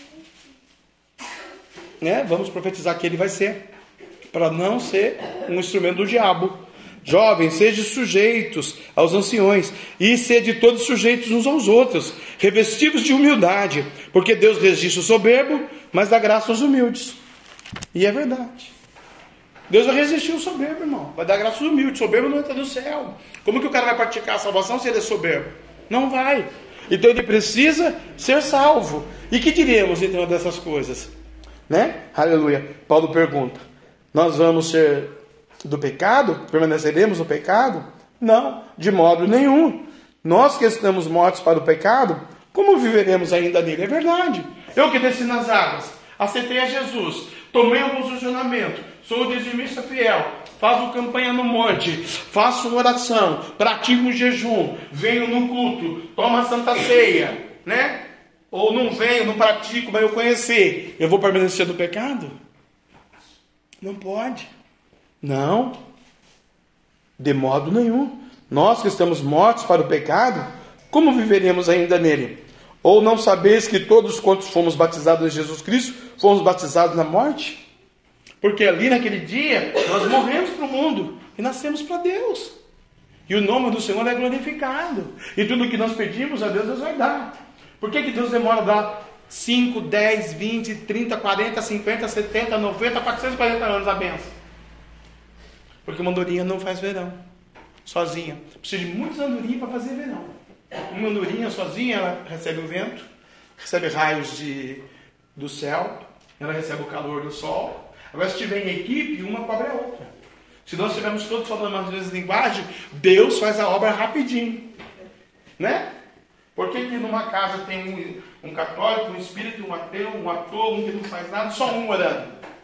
[SPEAKER 1] né? Vamos profetizar que ele vai ser, para não ser um instrumento do diabo. Jovens, sede sujeitos aos anciões, e sede todos sujeitos uns aos outros, revestidos de humildade, porque Deus resiste o soberbo, mas dá graça aos humildes. E é verdade. Deus vai resistir o soberbo, irmão. Vai dar graça aos humildes. Soberbo não entra no céu. Como que o cara vai praticar a salvação se ele é soberbo? Não vai. Então ele precisa ser salvo. E que diremos então dessas coisas? Né? Aleluia. Paulo pergunta, nós vamos ser do pecado? Permaneceremos no pecado? Não, de modo nenhum. Nós que estamos mortos para o pecado, como viveremos ainda nele? É verdade. Eu que desci nas águas, aceitei a Jesus, tomei o posicionamento, sou o dizimista fiel, faço campanha no monte, faço oração, pratico um jejum, venho no culto, tomo a santa ceia, né? Ou não venho, não pratico, mas eu conhecer, eu vou permanecer no pecado? Não pode. Não. De modo nenhum. Nós que estamos mortos para o pecado, como viveremos ainda nele? Ou não sabeis que todos quantos fomos batizados em Jesus Cristo, fomos batizados na morte? Porque ali naquele dia, nós morremos para o mundo e nascemos para Deus. E o nome do Senhor é glorificado. E tudo que nós pedimos a Deus, Deus vai dar. Por que Deus demora a dar 5, 10, 20, 30, 40, 50, 70, 90, 440 anos a benção? Porque uma andorinha não faz verão sozinha. Precisa de muitas andorinhas para fazer verão. Uma andorinha sozinha, ela recebe o vento, recebe raios do céu, ela recebe o calor do sol. Agora, se tiver em equipe, uma cobre a outra. Se nós estivermos todos falando as mesmas linguagens, Deus faz a obra rapidinho. Né? Por que numa casa tem um católico, um espírito, um ateu, um ator, um que não faz nada, só um orando?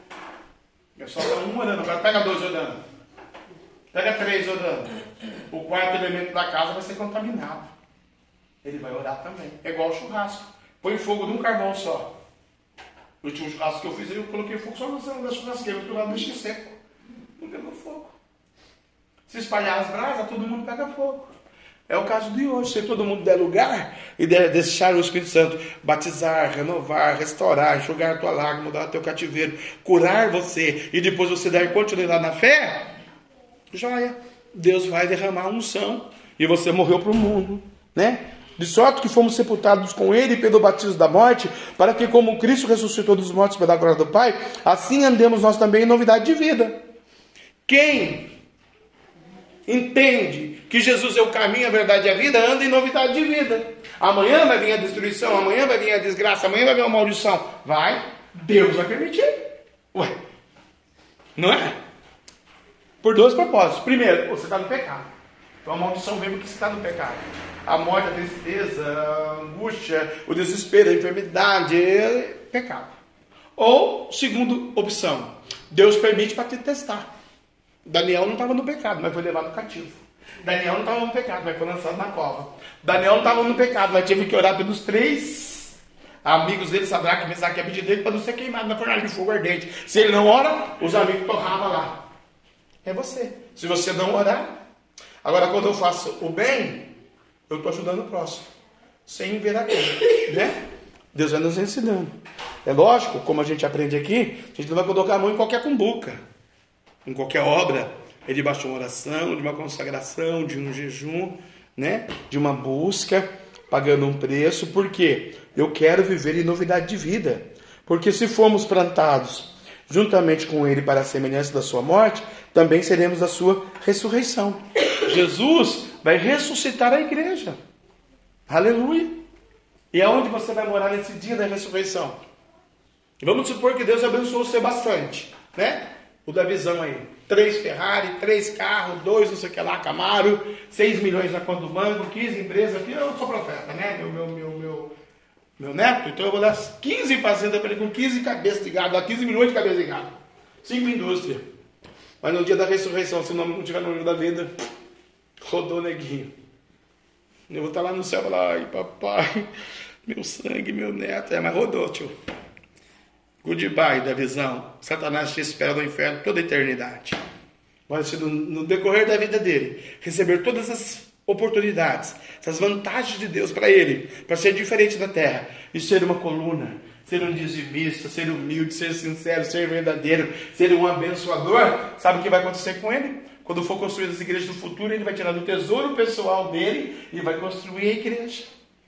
[SPEAKER 1] É só um orando. Agora pega 2 orando. Pega 3 orando. O quarto elemento da casa vai ser contaminado. Ele vai orar também. É igual ao churrasco. Põe fogo num carvão só. No último churrasco que eu fiz, eu coloquei fogo só no céu da churrasqueira, porque eu deixei seco. Não pegou fogo. Se espalhar as brasas, todo mundo pega fogo. É o caso de hoje. Se todo mundo der lugar e deixar o Espírito Santo batizar, renovar, restaurar, enxugar a tua lágrima, mudar o teu cativeiro, curar você, e depois você dar continuidade na fé, joia. Deus vai derramar unção e você morreu para o mundo, né? De sorte que fomos sepultados com ele pelo batismo da morte, para que como Cristo ressuscitou dos mortos pela glória do Pai, assim andemos nós também em novidade de vida. Quem entende que Jesus é o caminho, a verdade e a vida, anda em novidade de vida. Amanhã vai vir a destruição, amanhã vai vir a desgraça, amanhã vai vir a maldição. Vai, Deus vai permitir. Ué, não é? Por dois propósitos. Primeiro, você está no pecado. Então a maldição vem porque você está no pecado. A morte, a tristeza, a angústia, o desespero, a enfermidade, é pecado. Ou, segunda opção, Deus permite para te testar. Daniel não estava no pecado, mas foi levado cativo. Daniel não estava no pecado, mas foi lançado na cova. Daniel não estava no pecado, mas teve que orar pelos 3 amigos dele, Sadraque, Mesaque e Abednego, para não ser queimado na fornalha de fogo ardente. Se ele não ora, os amigos torravam lá. É você. Se você não orar. Agora, quando eu faço o bem, eu estou ajudando o próximo, sem ver a quem, né? Deus vai nos ensinando. É lógico, como a gente aprende aqui, a gente não vai colocar a mão em qualquer cumbuca, em qualquer obra. É debaixo de uma oração, de uma consagração, de um jejum, né? De uma busca, pagando um preço. Por quê? Eu quero viver em novidade de vida. Porque se formos plantados juntamente com ele para a semelhança da sua morte, também seremos da sua ressurreição. Jesus vai ressuscitar a igreja. Aleluia. E aonde você vai morar nesse dia da ressurreição? Vamos supor que Deus abençoou você bastante, né? O da visão aí. 3 Ferrari, 3 carros, 2 não sei o que lá, Camaro, 6 milhões na conta do banco, 15 empresas. Aqui eu sou profeta, né? Meu neto, então eu vou dar 15 fazendas para ele com 15 cabeças de gado, 15 milhões de cabeças de gado. 5 indústrias. Mas no dia da ressurreição, se o nome não estiver no livro da vida, rodou neguinho. Eu vou estar lá no céu e falar, ai papai, meu sangue, meu neto. Mas rodou, tio. Goodbye da visão. Satanás te espera no inferno toda a eternidade. Vai ser no decorrer da vida dele, receber todas as oportunidades, essas vantagens de Deus para ele, para ser diferente da terra, e ser uma coluna, ser um dizimista, ser humilde, ser sincero, ser verdadeiro, ser um abençoador. Sabe o que vai acontecer com ele? Quando for construir as igrejas do futuro, ele vai tirar do tesouro pessoal dele e vai construir a igreja.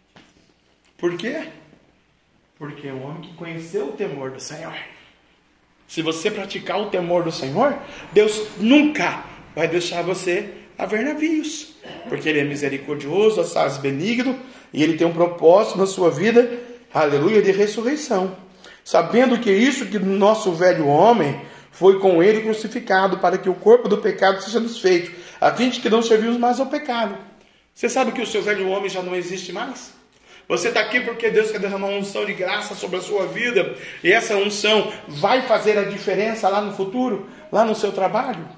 [SPEAKER 1] Por quê? Porque é um homem que conheceu o temor do Senhor. Se você praticar o temor do Senhor, Deus nunca vai deixar você a ver navios. Porque Ele é misericordioso, assaz benigno, e Ele tem um propósito na sua vida, aleluia, de ressurreição. Sabendo que isso que nosso velho homem foi com Ele crucificado, para que o corpo do pecado seja desfeito, a fim de que não servimos mais ao pecado. Você sabe que o seu velho homem já não existe mais? Você está aqui porque Deus quer derramar uma unção de graça sobre a sua vida. E essa unção vai fazer a diferença lá no futuro, lá no seu trabalho.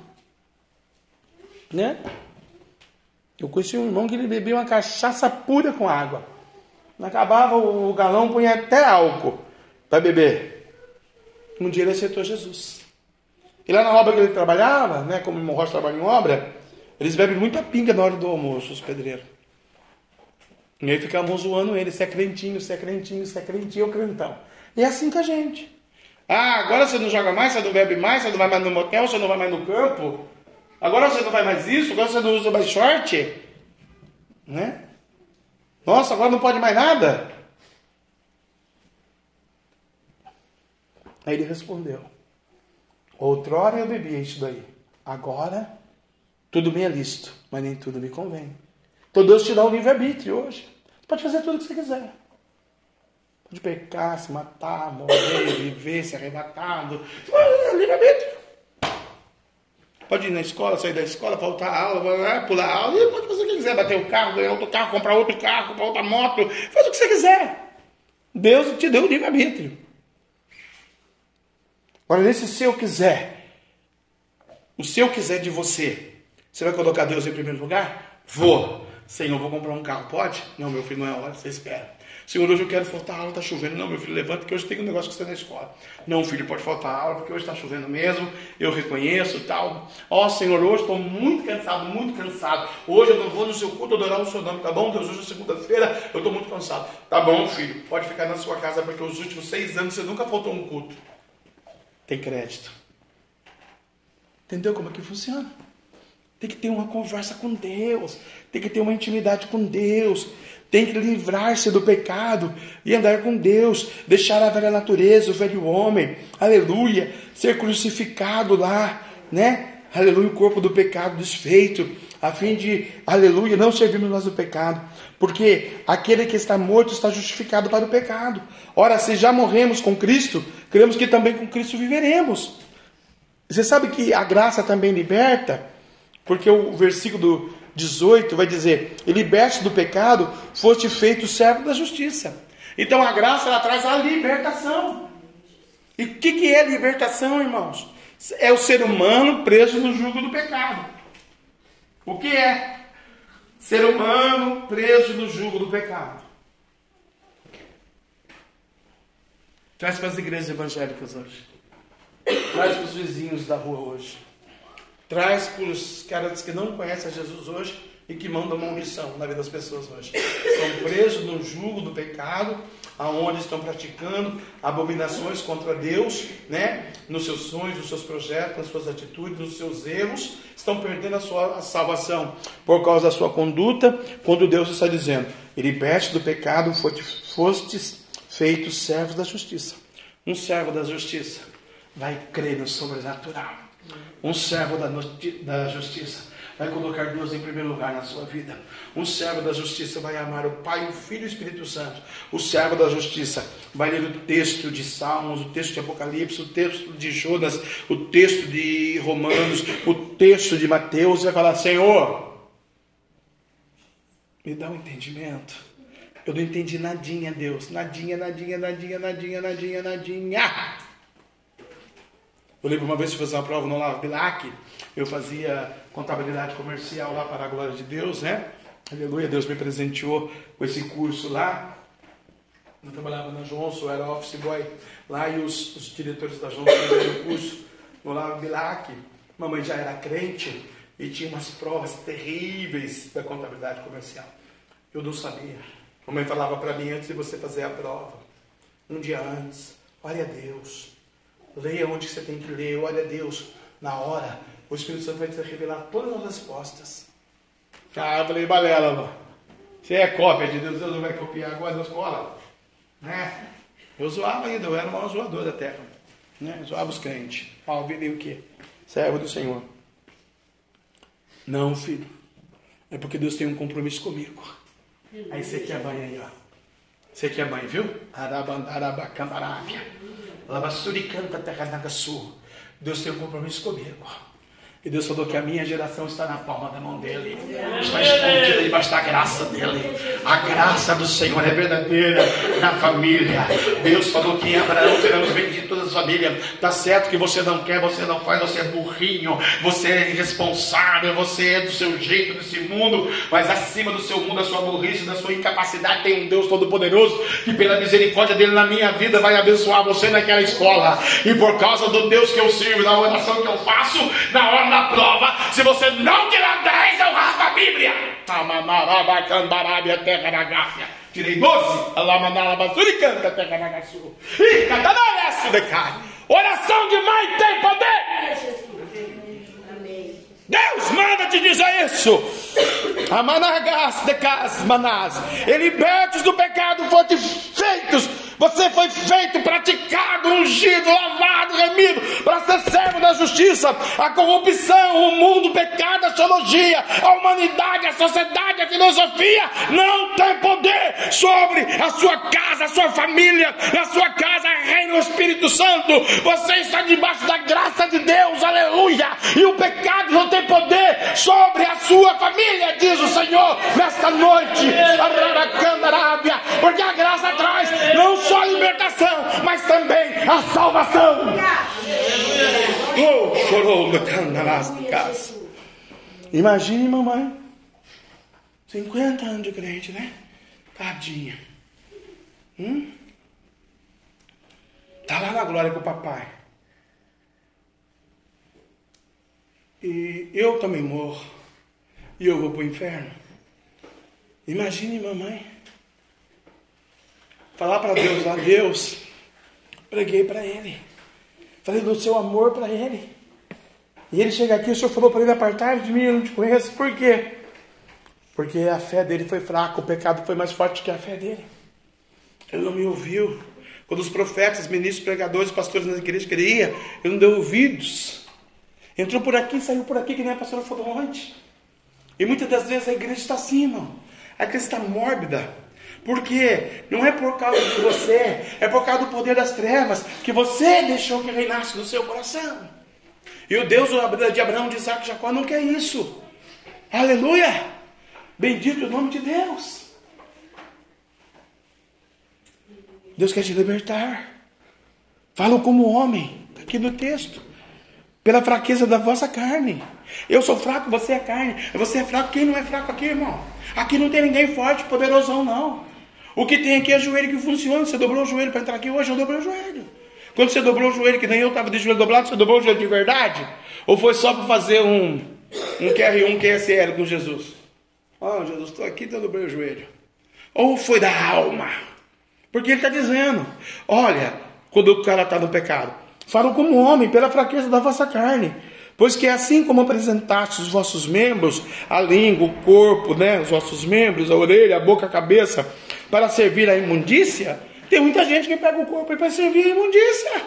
[SPEAKER 1] Né? Eu conheci um irmão que ele bebia uma cachaça pura com água. Não acabava o galão, punha até álcool para beber. Um dia ele aceitou Jesus. E lá na obra que ele trabalhava, né, como o irmão Rocha trabalha em obra, eles bebem muita pinga na hora do almoço, os pedreiros. E aí ficavam zoando ele, você é crentinho, você é crentinho, você é crentinho, é o crentão. E é assim com a gente. Ah, agora você não joga mais, você não bebe mais, você não vai mais no motel, você não vai mais no campo. Agora você não vai mais isso, agora você não usa mais short. Né? Nossa, agora não pode mais nada. Aí ele respondeu: outrora eu bebia isso daí. Agora tudo me é lícito, mas nem tudo me convém. Então Deus te dá o livre-arbítrio hoje. Você pode fazer tudo o que você quiser. Pode pecar, se matar, morrer, viver, ser arrebatado. Livre-arbítrio. Pode ir na escola, sair da escola, faltar aula, pular aula. E pode fazer o que quiser. Bater o carro, ganhar outro carro, comprar outro carro, comprar outra moto. Faz o que você quiser. Deus te deu o livre-arbítrio. Agora, nesse se eu quiser, o se eu quiser de você, você vai colocar Deus em primeiro lugar? Vou. Senhor, vou comprar um carro, pode? Não, meu filho, não é hora, você espera. Senhor, hoje eu quero faltar aula, está chovendo. Não, meu filho, levanta que hoje tem um negócio com você na escola. Não, filho, pode faltar aula, porque hoje está chovendo mesmo, eu reconheço e tal. Ó, Senhor, hoje estou muito cansado, muito cansado. Hoje eu não vou no seu culto adorar o seu nome, tá bom? Deus, hoje é segunda-feira, eu estou muito cansado. Tá bom, filho, pode ficar na sua casa, porque os últimos 6 anos você nunca faltou um culto. Tem crédito. Entendeu como é que funciona? Tem que ter uma conversa com Deus. Tem que ter uma intimidade com Deus. Tem que livrar-se do pecado e andar com Deus. Deixar a velha natureza, o velho homem. Aleluia. Ser crucificado lá, né? Aleluia, o corpo do pecado desfeito. A fim de, aleluia, não servirmos nós do pecado. Porque aquele que está morto está justificado para o pecado. Ora, se já morremos com Cristo, cremos que também com Cristo viveremos. Você sabe que a graça também liberta? Porque o versículo 18 vai dizer: e liberto do pecado, foste feito servo da justiça. Então a graça, ela traz a libertação. E o que é libertação, irmãos? É o ser humano preso no jugo do pecado. O que é? Ser humano preso no jugo do pecado. Traz para as igrejas evangélicas hoje. Traz para os vizinhos da rua hoje. Traz para os caras que não conhecem a Jesus hoje e que mandam maldição na vida das pessoas hoje. Estão presos no jugo do pecado, aonde estão praticando abominações contra Deus, né? Nos seus sonhos, nos seus projetos, nas suas atitudes, nos seus erros. Estão perdendo a sua salvação por causa da sua conduta, quando Deus está dizendo: e liberte do pecado, fostes feitos servos da justiça. Um servo da justiça vai crer no sobrenatural. Um servo da justiça vai colocar Deus em primeiro lugar na sua vida. Um servo da justiça vai amar o Pai, o Filho e o Espírito Santo. O servo da justiça vai ler o texto de Salmos, o texto de Apocalipse, o texto de Jonas, o texto de Romanos, o texto de Mateus, e vai falar: Senhor, me dá um entendimento. Eu não entendi nadinha, Deus. Nadinha. Eu lembro uma vez que eu fiz uma prova no Olavo Bilac. Eu fazia contabilidade comercial lá para a glória de Deus, né? Aleluia, Deus me presenteou com esse curso lá. Eu trabalhava na Johnson, eu era office boy lá, e os diretores da Johnson fizeram o curso no Olavo Bilac. Mamãe já era crente e tinha umas provas terríveis da contabilidade comercial. Eu não sabia. Mamãe falava para mim: antes de você fazer a prova, um dia antes, olha a Deus. Leia onde você tem que ler, olha a Deus. Na hora, o Espírito Santo vai te revelar todas as respostas. Eu falei: balela, mano. Você é cópia de Deus, Deus não vai copiar agora na escola, né? Eu zoava ainda, eu era o maior zoador da terra, né? Zoava os crentes. Virei o quê? Servo do Senhor. Não, filho. É porque Deus tem um compromisso comigo. Aí você quer banho aí, ó. Você quer banho, viu? Arabacambarábia. Labassuricanta terranagaçu. Deus tem um compromisso comigo. E Deus falou que a minha geração está na palma da mão dele. Está escondida debaixo da graça dele. A graça do Senhor é verdadeira na família. Deus falou que em Abraão seremos benditos todas as famílias. Está certo que você não quer, você não faz, você é burrinho, você é irresponsável, você é do seu jeito desse mundo. Mas acima do seu mundo, da sua burrice, da sua incapacidade, tem um Deus Todo-Poderoso que pela misericórdia dele na minha vida vai abençoar você naquela escola. E por causa do Deus que eu sirvo, da oração que eu faço, na hora da prova, se você não tirar 10, eu rasgo a Bíblia. Tirei 12. Oração de mãe tem poder. Deus manda te dizer isso. Libertos do pecado, foste feitos. Você foi feito, praticado, ungido, lavado, remido, para ser servo da justiça. A corrupção, o mundo, o pecado, a teologia, a humanidade, a sociedade, a filosofia não tem poder sobre a sua casa, a sua família. Na sua casa reina o Espírito Santo. Você está debaixo da graça de Deus, aleluia. E o pecado não tem poder sobre a sua família, diz o Senhor nesta noite. Porque a graça traz não só a libertação, mas também a salvação. Imagine, mamãe, 50 anos de crente, né? Tadinha. Tá lá na glória com o papai. E eu também morro. E eu vou pro inferno. Imagine, mamãe, falar para Deus lá: Deus, preguei para ele, falei do seu amor para ele, E ele chega aqui, o Senhor falou para ele: apartar de mim, eu não te conheço. Por quê? Porque a fé dele foi fraca, o pecado foi mais forte que a fé dele. Ele não me ouviu. Quando os profetas, ministros, pregadores, pastores na igreja queriam, ele não deu ouvidos. Entrou por aqui, saiu por aqui, que nem a pastora falou ontem. E muitas das vezes a igreja está assim, irmão. A igreja está mórbida. Por quê? Não é por causa de você, é por causa do poder das trevas que você deixou que reinasse no seu coração. E o Deus de Abraão, de Isaac e Jacó não quer isso. Aleluia! Bendito o nome de Deus. Deus quer te libertar. Fala como homem, está aqui no texto. Pela fraqueza da vossa carne. Eu sou fraco, você é carne. Você é fraco, quem não é fraco aqui, irmão? Aqui não tem ninguém forte, poderosão, não. O que tem aqui é joelho que funciona. Você dobrou o joelho para entrar aqui hoje, eu dobrei o joelho. Quando você dobrou o joelho, que nem eu estava de joelho dobrado, você dobrou o joelho de verdade? Ou foi só para fazer um QR1, QSL com Jesus? Jesus, estou aqui, então eu dobrei o joelho. Ou foi da alma? Porque ele está dizendo, olha, quando o cara está no pecado, fala como homem, pela fraqueza da vossa carne. Pois que assim como apresentaste os vossos membros, a língua, o corpo, os vossos membros, a orelha, a boca, a cabeça, para servir à imundícia, tem muita gente que pega o corpo para servir à imundícia.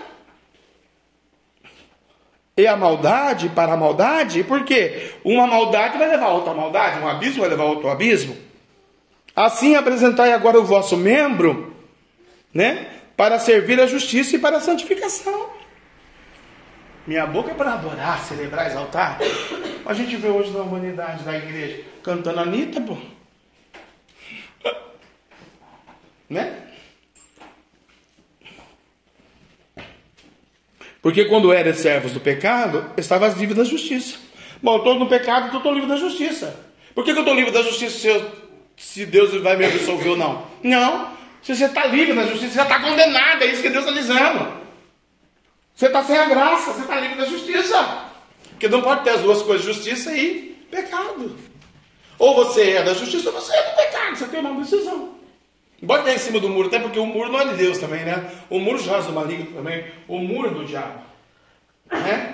[SPEAKER 1] E a maldade para a maldade, por quê? Uma maldade vai levar a outra maldade, um abismo vai levar a outro abismo. Assim apresentai agora o vosso membro, para servir à justiça e para a santificação. Minha boca é para adorar, celebrar, exaltar. A gente vê hoje na humanidade da igreja cantando Anitta, pô. Porque quando eram servos do pecado, estavam as dívidas da justiça. Bom, eu estou no pecado, então estou livre da justiça. Por que eu estou livre da justiça se Deus vai me absolver ou não? Não. Se você está livre da justiça, você já está condenado. É isso que Deus está dizendo. Você está sem a graça, você está livre da justiça. Porque não pode ter as duas coisas, justiça e pecado. Ou você é da justiça ou você é do pecado. Você tem uma decisão. Bota aí em cima do muro, até porque o muro não é de Deus também, O muro jaz do maligno também. O muro é do diabo. A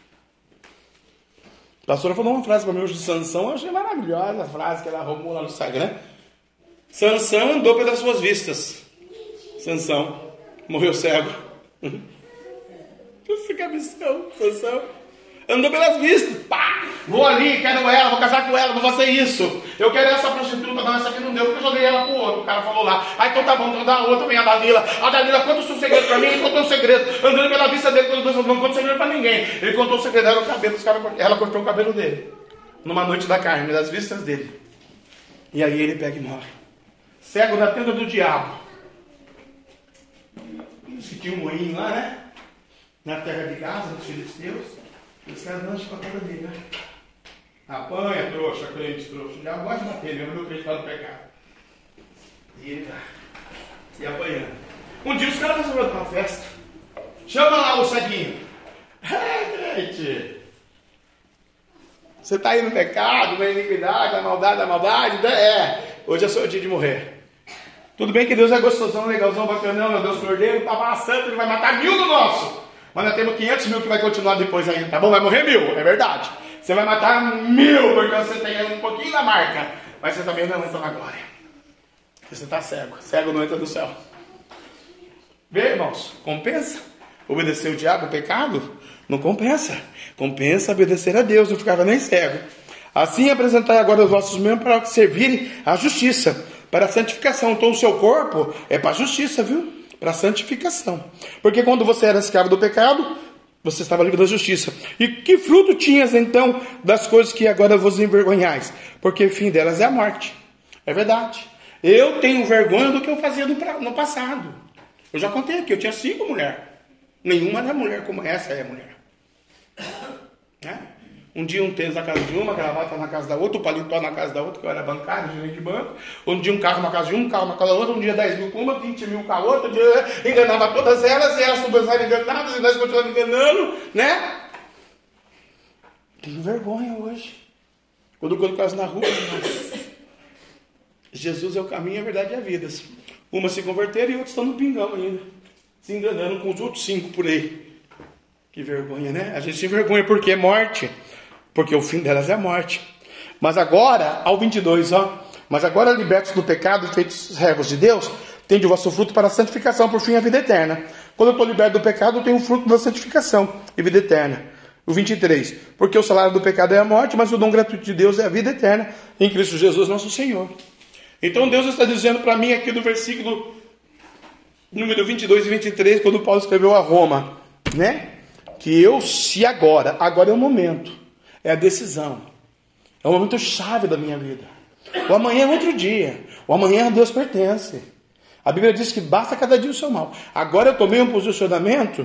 [SPEAKER 1] pastora falou uma frase para mim hoje de Sansão, eu achei maravilhosa a frase que ela arrumou lá no Instagram. Sansão andou pelas suas vistas. Sansão morreu cego. Essa cabeção, Sansão. Andou pelas vistas. Pá! Vou ali, quero ela, vou casar com ela, vou fazer isso. Eu quero essa prostituta, não, essa aqui não deu, porque eu joguei ela pro outro. O cara falou lá. Então tá bom, então dá a outra também, a Dalila. A Dalila conta o seu segredo pra mim, ele contou um segredo. Andando pela vista dele, quando Deus falou, não conta segredo pra ninguém. Ele contou o segredo, era o cabelo, ela cortou o cabelo dele. Numa noite da carne, das vistas dele. E aí ele pega e morre. Cego na tenda do diabo. Isso que tinha um moinho lá, na terra de Gaza, dos filisteus. Os caras dão chicotada dele, Apanha, trouxa, crente, trouxa. Já gosta de bater, meu crente está no pecado. E ele tá. E apanhando. Um dia os caras resolveram uma festa. Chama lá o ceguinho. Crente. Você está aí no pecado, na iniquidade, na maldade. Hoje é seu dia de morrer. Tudo bem que Deus é gostosão, legalzão, bacanão, meu Deus cordeiro, Papa Santo, ele vai matar 1000 do nosso. Mas nós temos 500 mil que vai continuar depois ainda, tá bom? Vai morrer 1000, é verdade. Você vai matar 1000, porque você tem um pouquinho da marca. Mas você também não entra na glória. Você está cego. Cego não entra no céu. Vê, irmãos? Compensa? Obedecer o diabo, o pecado? Não compensa. Compensa obedecer a Deus. Não ficava nem cego. Assim apresentai agora os vossos membros para servirem à justiça, para a santificação. Então o seu corpo é para a justiça, viu? Para a santificação. Porque quando você era escravo do pecado, você estava livre da justiça. E que fruto tinhas então das coisas que agora vos envergonhais? Porque o fim delas é a morte. É verdade. Eu tenho vergonha do que eu fazia no passado. Eu já contei aqui, eu tinha 5 mulheres. Nenhuma era mulher como essa é mulher. Um dia um tênis na casa de uma, gravata na casa da outra, o paletó na casa da outra, que eu era bancário, gerente de banco. Um dia um carro na casa de um carro na casa da outra, um dia 10 mil com uma, 20 mil com a outra, um dia enganava todas elas, e elas eram enganadas, e nós continuamos enganando, Tenho vergonha hoje. Quando eu coloco elas na rua, Jesus é o caminho, a verdade e a vida. Uma se converteram e outras estão no pingão ainda, se enganando com os outros 5 por aí. Que vergonha, né? A gente se envergonha porque é morte. Porque o fim delas é a morte. Mas agora, ao 22, ó. Mas agora, libertos do pecado, feitos servos de Deus, tende o vosso fruto para a santificação, por fim a vida eterna. Quando eu estou liberto do pecado, eu tenho o fruto da santificação e vida eterna. O 23. Porque o salário do pecado é a morte, mas o dom gratuito de Deus é a vida eterna em Cristo Jesus, nosso Senhor. Então Deus está dizendo para mim aqui no versículo número 22 e 23, quando Paulo escreveu a Roma, né? Que se agora é o momento, é a decisão, é o momento chave da minha vida. O amanhã é outro dia, o amanhã a Deus pertence. A Bíblia diz que basta cada dia o seu mal. Agora eu tomei um posicionamento,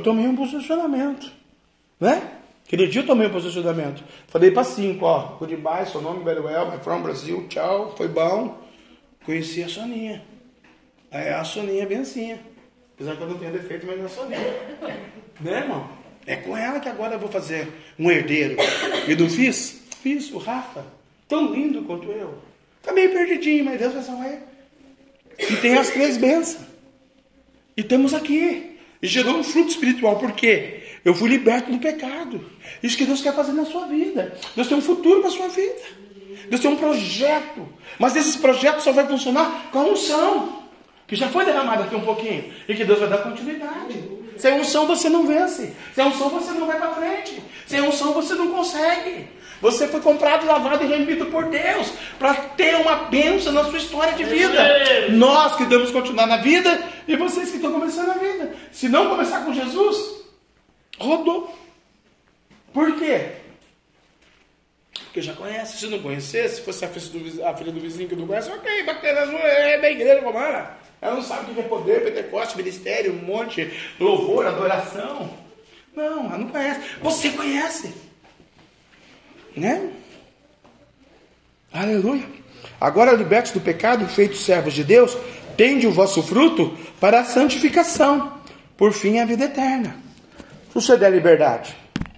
[SPEAKER 1] né? Aquele dia eu tomei um posicionamento. Falei para 5, ó, goodbye, seu nome, Beruel, my from Brasil, tchau, foi bom. Conheci a Soninha. É a Soninha bencinha. Apesar que eu não tenho defeito, mas é a Soninha. Né, irmão? É com ela que agora eu vou fazer um herdeiro. E não fiz? Fiz, o Rafa. Tão lindo quanto eu. Tá meio perdidinho, mas Deus vai salvar ele. E tem as 3 bênçãos. E estamos aqui. E gerou um fruto espiritual. Por quê? Eu fui liberto do pecado. Isso que Deus quer fazer na sua vida. Deus tem um futuro para a sua vida. Deus tem um projeto. Mas esses projetos só vai funcionar com a unção, que já foi derramada aqui um pouquinho. E que Deus vai dar continuidade. Sem unção você não vence. Sem unção você não vai para frente. Sem unção você não consegue. Você foi comprado, lavado e remido por Deus para ter uma bênção na sua história de vida. Nós que devemos continuar na vida e vocês que estão começando a vida. Se não começar com Jesus, rodou. Por quê? Porque já conhece. Se não conhecesse, se fosse a filha do vizinho que não conhece, ok, bacana, é da igreja romana. Ela não sabe o que é poder, Pentecoste, ministério, um monte, louvor, adoração. Não, ela não conhece. Você conhece. Né? Aleluia. Agora, libertos do pecado, feitos servos de Deus, tende o vosso fruto para a santificação, por fim a vida eterna. Suceder a liberdade.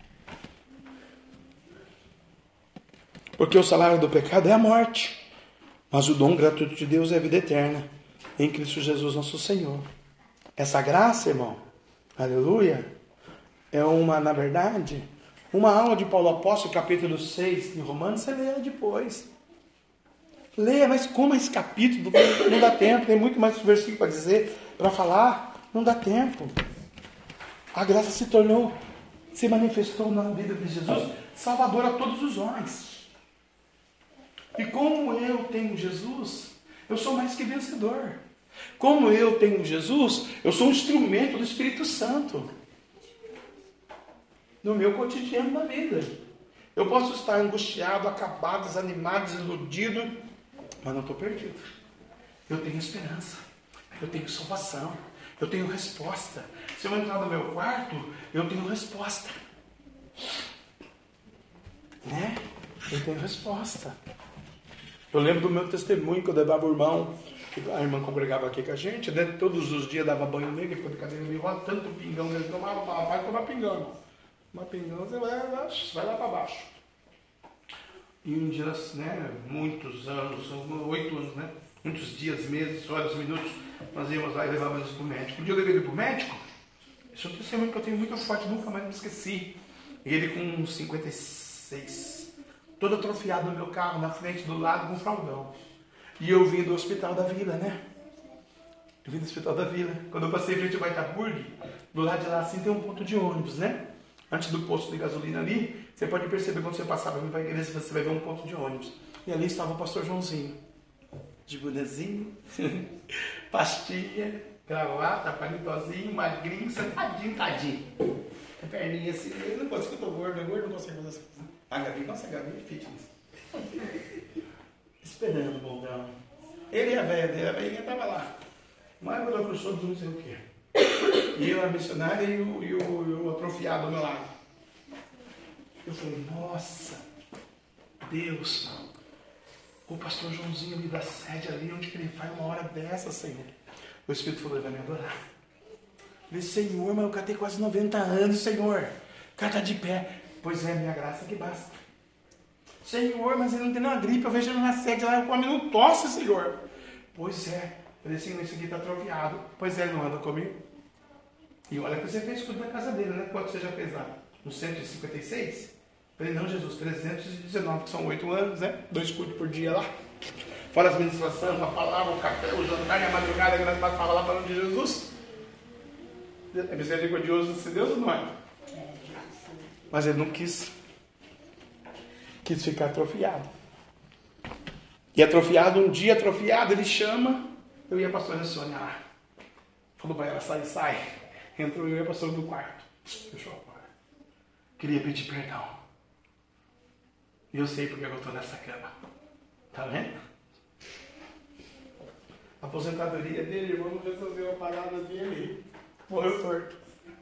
[SPEAKER 1] Porque o salário do pecado é a morte, mas o dom gratuito de Deus é a vida eterna em Cristo Jesus nosso Senhor. Essa graça, irmão, aleluia, é na verdade, uma aula de Paulo Apóstolo, capítulo 6 de Romanos. Você leia depois. Leia, mas como esse capítulo não dá tempo, tem muito mais versículo para dizer, para falar, não dá tempo. A graça se manifestou na vida de Jesus, salvador a todos os homens. E como eu tenho Jesus, eu sou mais que vencedor. Como eu tenho Jesus, eu sou um instrumento do Espírito Santo no meu cotidiano na vida. Eu posso estar angustiado, acabado, desanimado, desiludido, mas não estou perdido. Eu tenho esperança, eu tenho salvação, eu tenho resposta. Se eu entrar no meu quarto, eu tenho resposta. Né? Eu tenho resposta. Eu lembro do meu testemunho que eu levava o irmão, a irmã congregava aqui com a gente, né? Todos os dias dava banho nele, ficou de cadeira meio roda, tanto pingão ele tomava, falava, vai tomar pingão. Uma pingão, você vai lá para baixo. E um dia, né, muitos anos, 8 anos, né? Muitos dias, meses, horas, minutos, nós íamos lá e levávamos ele para o médico. Um dia eu levei ele para o médico, isso é um testemunho que eu tenho muito forte, nunca mais me esqueci. Ele com 56, todo atrofiado no meu carro, na frente, do lado, com um fraldão. E eu vim do Hospital da Vila, né? Eu vim do Hospital da Vila. Quando eu passei em frente ao Baitaburg, do lado de lá assim tem um ponto de ônibus, né? Antes do posto de gasolina ali, você pode perceber quando você passar para a igreja, você vai ver um ponto de ônibus. E ali estava o pastor Joãozinho, de bonezinho, pastilha, gravata, palitozinho, magrinho, sentadinho, tadinho. A perninha assim, eu não consigo, eu tô gordo não consigo fazer essa coisa. A Gabi consegue, a Gabi é fitness. Esperando o bondão. Ele e a velhinha estava lá. Mas eu pro show de não sei o quê. E eu, a missionária, e o atrofiado ao meu lado. Eu falei, nossa, Deus, o pastor Joãozinho me dá sede ali, onde que ele faz uma hora dessa, Senhor? O Espírito falou, ele vai me adorar. Eu falei, Senhor, mas eu catei quase 90 anos, Senhor. O cara está de pé. Pois é, minha graça que basta. Senhor, mas ele não tem nenhuma gripe, eu vejo ele na sede lá, eu come não tosse, Senhor. Pois é. Eu falei assim, esse aqui está atrofiado. Pois é, ele não anda comigo. E olha que você fez tudo na casa dele, né? Quanto você já fez lá? Uns 156? Falei, não, Jesus, 319, que são 8 anos, né? 2 cultos por dia lá. Fora as ministrações, a palavra, o café, o jantar e a madrugada que nós passávamos lá falando de Jesus. É misericordioso esse Deus ou não é? Mas ele não quis ficar atrofiado. E atrofiado, um dia atrofiado, ele chama, eu e a pastora Sônia lá. Falou para ela, sai. Entrou eu e a pastora no quarto. Fechou a porta. Queria pedir perdão. E eu sei porque eu estou nessa cama. Tá vendo? A aposentadoria dele, vamos resolver a parada dele. Morreu torto.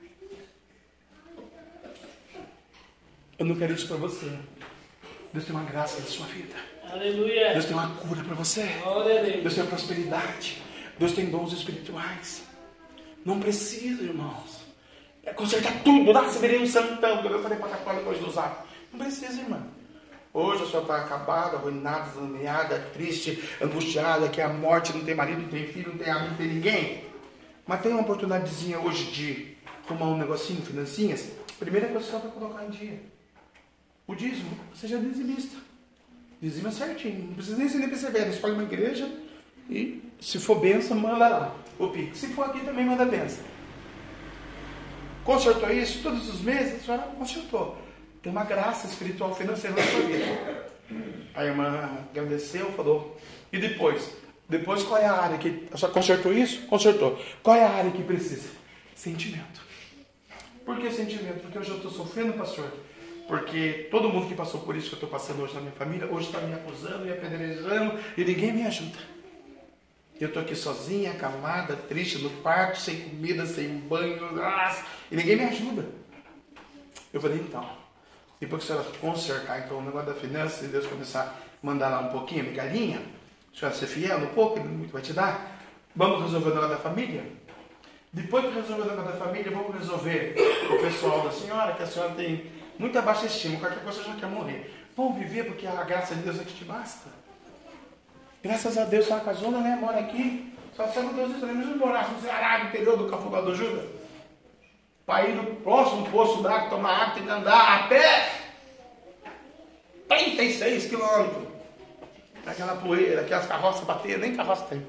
[SPEAKER 1] Eu não quero isso para você. Deus tem uma graça na sua vida.
[SPEAKER 2] Aleluia.
[SPEAKER 1] Deus tem uma cura para você. Deus tem uma prosperidade. Deus tem dons espirituais. Não precisa, irmãos. É consertar tudo. Lá você virei um santão. Eu falei para a Católica hoje do Zap. Não precisa, irmão. Hoje a senhora está acabada, arruinada, desaneada, triste, angustiada, que a morte não tem marido, não tem filho, não tem amigo, não tem ninguém. Mas tem uma oportunidadezinha hoje de arrumar um negocinho, financinhas. Primeira coisa que você vai colocar em dia. O dízimo, seja dizimista. Dizima certinho. Não precisa nem ser persevero. Escolhe uma igreja e, se for benção, manda lá. O Pix. Se for aqui, também manda benção. Consertou isso todos os meses? A senhora consertou. Tem uma graça espiritual financeira na sua vida. A irmã agradeceu, falou. E depois? Depois qual é a área que... A senhora consertou isso? Consertou. Qual é a área que precisa? Sentimento. Por que sentimento? Porque hoje eu estou sofrendo, pastor. Porque todo mundo que passou por isso que eu estou passando hoje na minha família, hoje está me acusando, me apedrejando e ninguém me ajuda. Eu estou aqui sozinha, acamada, triste, no quarto, sem comida, sem banho, e ninguém me ajuda. Eu falei, então, depois que a senhora consertar então, o negócio da finança, e Deus começar a mandar lá um pouquinho, migalhinha, a senhora ser fiel no pouco, Ele muito vai te dar, vamos resolver o negócio da família? Depois que resolver o negócio da família, vamos resolver o pessoal da senhora, que a senhora tem muita baixa estima, qualquer coisa já quer morrer. Vamos viver porque a graça de Deus é que te basta. Graças a Deus, a senhora casou, né? Mora aqui. Só serve Deus isso, mesmo morar no Ceará, no interior do Cafundó do Judas. Para ir no próximo poço d'água, tomar água, tem que andar a pé 36 quilômetros. Aquela poeira, aquelas carroças bater, nem carroça tem.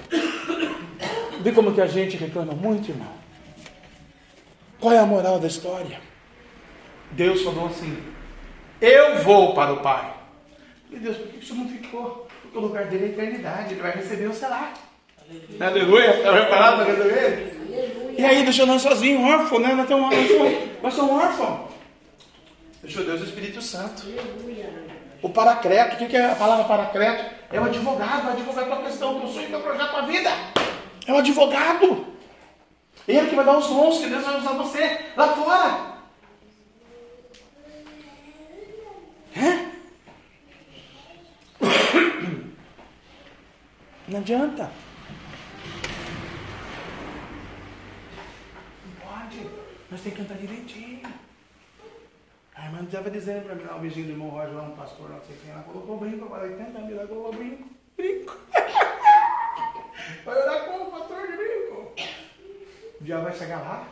[SPEAKER 1] Vê como que a gente reclama muito, irmão. Qual é a moral da história? Deus falou assim, eu vou para o Pai. E Deus, por que isso não ficou? Porque o lugar dele é a eternidade, ele vai receber o salário. Aleluia, está preparado para receber? E aí deixou nós sozinhos, órfão, né? Nós somos órfãos. Deixou Deus o Espírito Santo. O paracreto, o que é a palavra paracreto? É o advogado, vai advogar a tua questão, teu sonho, teu projeto, tua vida. É o advogado. Ele que vai dar os dons que Deus vai usar você lá fora. Não adianta. Não pode. Nós temos que cantar direitinho. A irmã estava dizendo para mim lá, o vizinho do irmão Roger, lá um pastor, não sei quem, ela colocou brinco, agora 80 mil, ela colocou brinco. Vai orar com o pastor de brinco. O diabo vai chegar lá?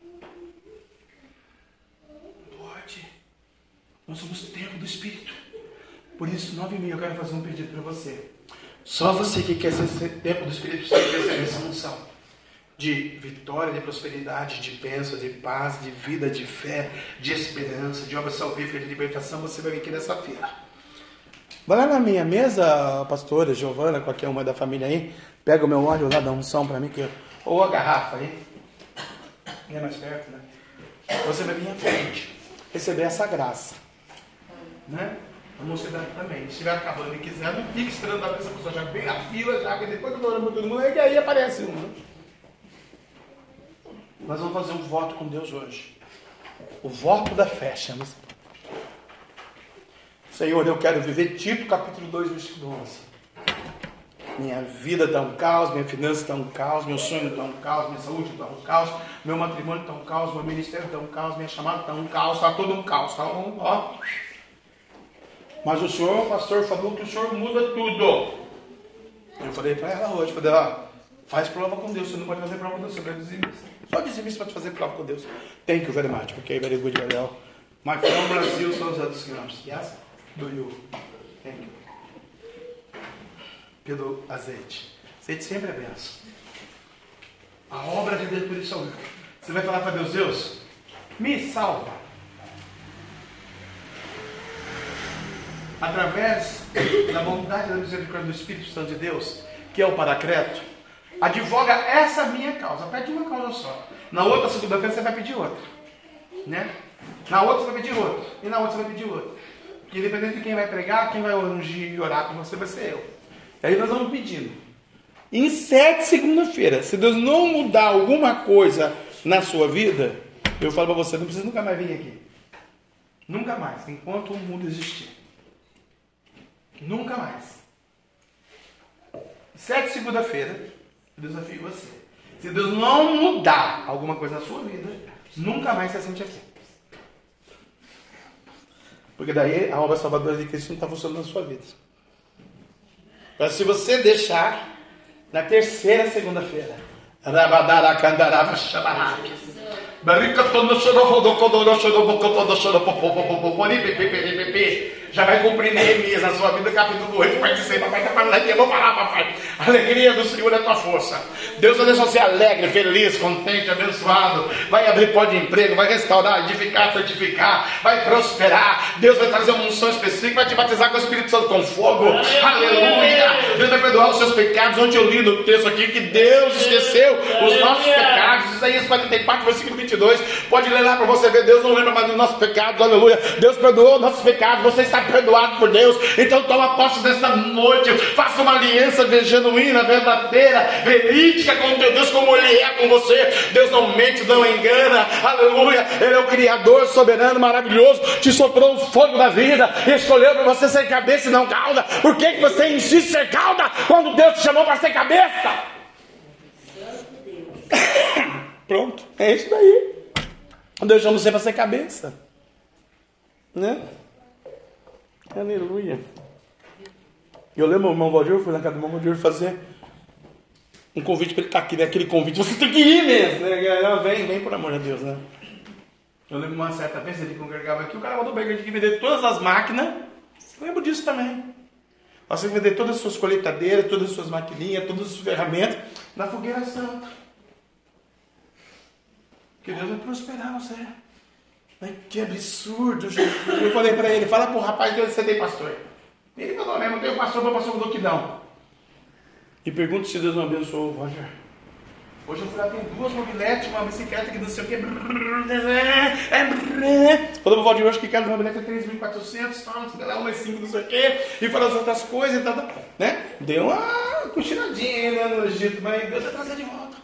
[SPEAKER 1] Não pode. Nós somos o templo do Espírito. Por isso, 9h30, eu quero fazer um pedido para você. Só você que quer ser templo do Espírito Santo recebe essa unção de vitória, de prosperidade, de bênção, de paz, de vida, de fé, de esperança, de obra salvífica, de libertação. Você vai vir aqui nessa fila. Vai lá na minha mesa, pastora Giovana, qualquer uma da família aí, pega o meu óleo lá, dá unção para mim, ou a garrafa aí, é mais perto, né? Você vai vir à frente, receber essa graça, né? A moça também, se estiver acabando e quiser, não fique esperando a pessoa já vem a fila, já, que depois que eu estou todo mundo, aí aparece um, né? Nós vamos fazer um voto com Deus hoje. O voto da fé, chama-se. Senhor, eu quero viver Tito, capítulo 2, versículo 11. Minha vida está um caos, minha finança está um caos, meu sonho está um caos, minha saúde está um caos, meu matrimônio está um caos, meu ministério está um caos, minha chamada está um caos, está todo um caos, está um, ó. Mas o Senhor, o pastor, falou que o Senhor muda tudo. Eu falei para ela hoje, falei, ó, Faz prova com Deus. Você não pode fazer prova com Deus, você é dizimista. Só dizimista pode fazer prova com Deus. Thank you very much. Okay, very good, very well. My from Brazil, são os outros quilômetros. Yes? Do you? Thank you. Pelo azeite. Azeite sempre é benção. A obra de Deus por isso salva. Você vai falar para Deus, Deus, me salva. Através da vontade da misericórdia do Espírito Santo de Deus, que é o Paracleto, advoga essa minha causa. Pede uma causa só. Na outra segunda-feira você vai pedir outra. Né? Na outra você vai pedir outra. E na outra você vai pedir outra. Porque independente de quem vai pregar, quem vai ungir e orar por você vai ser eu. E aí nós vamos pedindo. Em 7 segunda-feira, se Deus não mudar alguma coisa na sua vida, eu falo para você, não precisa nunca mais vir aqui. Nunca mais, enquanto o mundo existir. Nunca mais. 7 segunda-feira, eu desafio você. Se Deus não mudar alguma coisa na sua vida, nunca mais você sente aqui. Porque daí a obra salvadora de Cristo não está funcionando na sua vida. Mas se você deixar, na terceira segunda-feira, já vai cumprir Neemias na sua vida, capítulo 8, vai dizer, papai está falando aqui, eu vou falar, papai. A alegria do Senhor é a tua força. Deus vai deixar você alegre, feliz, contente, abençoado. Vai abrir porta de emprego, vai restaurar, edificar, santificar, vai prosperar. Deus vai trazer uma unção específica, vai te batizar com o Espírito Santo com fogo. Aleluia! Deus vai perdoar os seus pecados. Ontem eu li no texto aqui que Deus esqueceu os nossos pecados. Isaías 44, versículo 22. Pode ler lá para você ver. Deus não lembra mais dos nossos pecados. Aleluia! Deus perdoou os nossos pecados. Você está perdoado por Deus. Então toma posse desta noite. Faça uma aliança genuína, verdadeira, verídica com teu Deus, como Ele é com você. Deus não mente, não engana. Aleluia! Ele é o Criador soberano, maravilhoso. Te soprou o fogo da vida. Escolheu para você ser cabeça e não cauda. Por que você insiste em ser cauda quando Deus te chamou para ser cabeça? Pronto, é isso daí. Deus chamou você para ser cabeça, né? Aleluia. Eu lembro o irmão Valdir, eu fui na casa do irmão Valdir fazer um convite para ele estar aqui, né? Aquele convite, você tem que ir mesmo, né? Vem por amor de Deus, né? Eu lembro uma certa vez, ele congregava aqui, o cara mandou para a igreja que vender todas as máquinas. Eu lembro disso também. Você vender todas as suas colheitadeiras, todas as suas maquininhas, todas as suas ferramentas na fogueira santa. Que Deus vai prosperar você. Ai, que absurdo, Jesus. Eu falei para ele, fala pro rapaz que você tem pastor. Ele falou mesmo, tem pastor, meu pastor falou que não. E pergunta se Deus não abençoou o Roger. Hoje eu fui lá, tem 2 mobiletes, uma bicicleta que não sei o que. Falou pro Valdir, eu acho que cada mobilete é 3.400, tal, umas 5, não sei o que. E falou as outras coisas e tal, né? Deu uma cochiladinha, né, no Egito, mas Deus vai trazer de volta.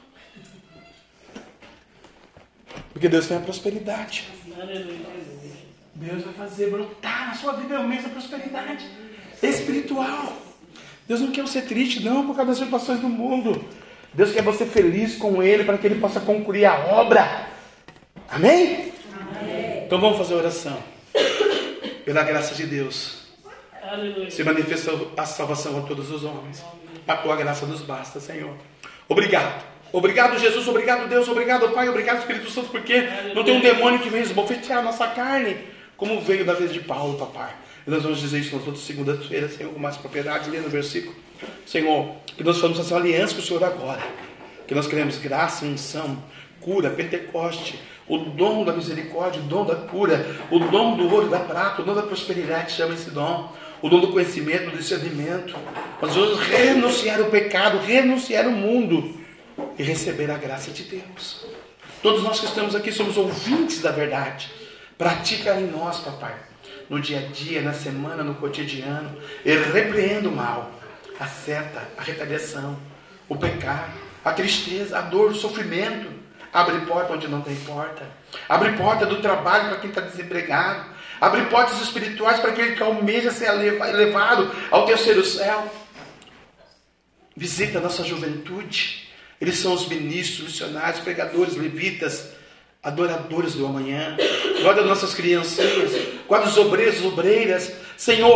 [SPEAKER 1] Porque Deus tem a prosperidade. Deus vai fazer brotar na sua vida mesmo a prosperidade espiritual. Deus não quer você triste, não, por causa das situações do mundo. Deus quer você feliz com Ele, para que Ele possa concluir a obra. Amém? Amém. Então vamos fazer a oração. Pela graça de Deus, aleluia, se manifesta a salvação a todos os homens. A tua graça nos basta, Senhor. Obrigado. Obrigado, Jesus. Obrigado, Deus. Obrigado, Pai. Obrigado, Espírito Santo, porque aleluia, não tem um demônio que vem esbofetear a nossa carne, como veio da vez de Paulo, papai. E nós vamos dizer isso nas outras segundas-feiras, Senhor, com mais propriedade, lendo o versículo. Senhor, que nós vamos fazer uma aliança com o Senhor agora. Que nós queremos graça, unção, cura, Pentecoste, o dom da misericórdia, o dom da cura, o dom do ouro e da prata, o dom da prosperidade, chama esse dom. O dom do conhecimento, do discernimento. Nós vamos renunciar o pecado, renunciar o mundo e receber a graça de Deus. Todos nós que estamos aqui somos ouvintes da verdade. Pratica em nós, papai, no dia a dia, na semana, no cotidiano. E repreenda o mal, a seta, a retaliação, o pecado, a tristeza, a dor, o sofrimento. Abre porta onde não tem porta. Abre porta do trabalho para quem está desempregado. Abre portas espirituais para aquele que almeja ser elevado ao terceiro céu. Visita a nossa juventude. Eles são os ministros, missionários, pregadores, levitas, adoradores do amanhã. Guarda nossas criancinhas, guarda os obreiros, obreiras. Senhor,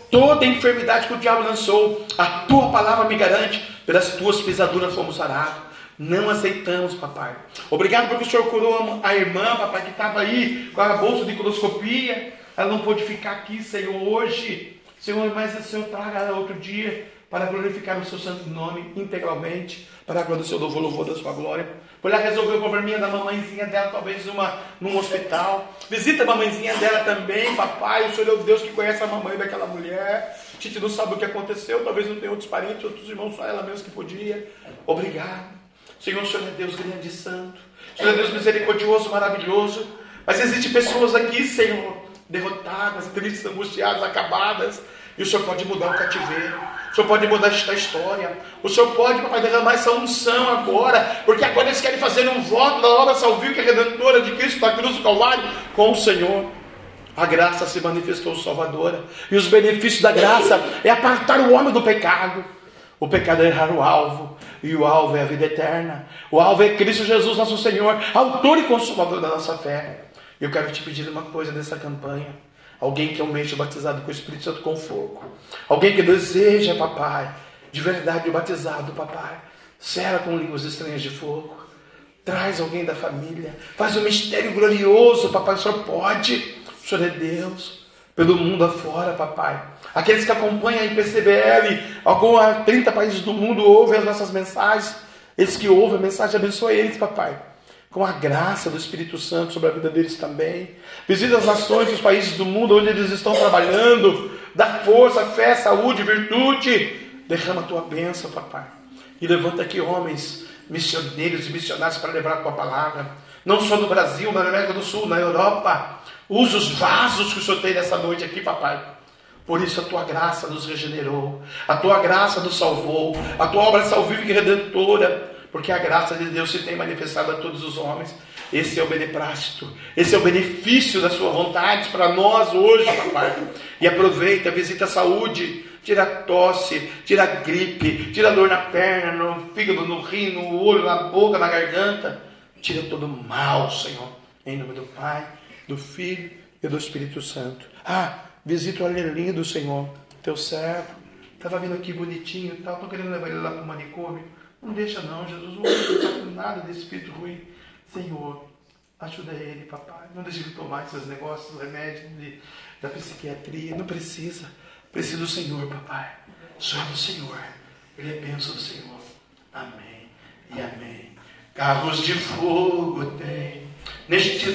[SPEAKER 2] toda enfermidade que o diabo lançou, a tua palavra me garante, pelas tuas pisaduras fomos sarados. Não aceitamos, papai. Obrigado porque o Senhor curou a irmã, papai, que estava aí com a bolsa de coloscopia. Ela não pôde ficar aqui, Senhor, hoje. Senhor, mas o Senhor traga ela outro dia para glorificar o seu santo nome integralmente, para a glória do seu louvor da sua glória. Foi lá resolver o probleminha da mamãezinha dela, talvez num hospital. Visita a mamãezinha dela também, papai. O Senhor é o Deus que conhece a mamãe daquela mulher. A gente não sabe o que aconteceu, talvez não tenha outros parentes, outros irmãos, só ela mesma que podia. Obrigado. Senhor, o Senhor é Deus grande e santo. O Senhor é Deus misericordioso, maravilhoso. Mas existem pessoas aqui, Senhor, derrotadas, tristes, angustiadas, acabadas. E o Senhor pode mudar o cativeiro. O Senhor pode mudar esta história. O Senhor pode, papai, derramar essa unção agora. Porque agora eles querem fazer um voto da obra salvífica redentora de Cristo da cruz do Calvário com o Senhor. A graça se manifestou salvadora. E os benefícios da graça é apartar o homem do pecado. O pecado é errar o alvo. E o alvo é a vida eterna. O alvo é Cristo Jesus, nosso Senhor, autor e consumador da nossa fé. Eu quero te pedir uma coisa nessa campanha. Alguém que almeja o batizado com o Espírito Santo com fogo. Alguém que deseja, papai, de verdade o batizado, papai. Sela com línguas estranhas de fogo. Traz alguém da família. Faz um mistério glorioso, papai. O Senhor pode. O Senhor é Deus. Pelo mundo afora, papai. Aqueles que acompanham a IPCBL, alguns 30 países do mundo ouvem as nossas mensagens. Eles que ouvem a mensagem, abençoe eles, papai. Com a graça do Espírito Santo sobre a vida deles também. Visita as nações, os países do mundo onde eles estão trabalhando. Dá força, fé, saúde, virtude. Derrama a tua bênção, papai. E levanta aqui homens missioneiros e missionários para levar a tua palavra. Não só no Brasil, mas na América do Sul, na Europa. Usa os vasos que o Senhor tem nessa noite aqui, papai. Por isso a tua graça nos regenerou. A tua graça nos salvou. A tua obra salvífica e redentora. Porque a graça de Deus se tem manifestado a todos os homens. Esse é o beneplácito. Esse é o benefício da sua vontade para nós hoje, papai. E aproveita, visita a saúde. Tira a tosse, tira a gripe, tira a dor na perna, no fígado, no rim, no olho, na boca, na garganta. Tira todo o mal, Senhor. Em nome do Pai, do Filho e do Espírito Santo. Visita o Arlindo, Senhor, teu servo. Estava vindo aqui bonitinho e tal. Estou querendo levar ele lá para o manicômio. Não deixa não, Jesus. Não deixa nada desse espírito ruim. Senhor, ajuda ele, papai. Não deixe ele tomar esses negócios, remédios da psiquiatria. Não precisa. Precisa do Senhor, papai. Só do Senhor. Ele é bênção do Senhor. Amém e amém. Carros de fogo tem neste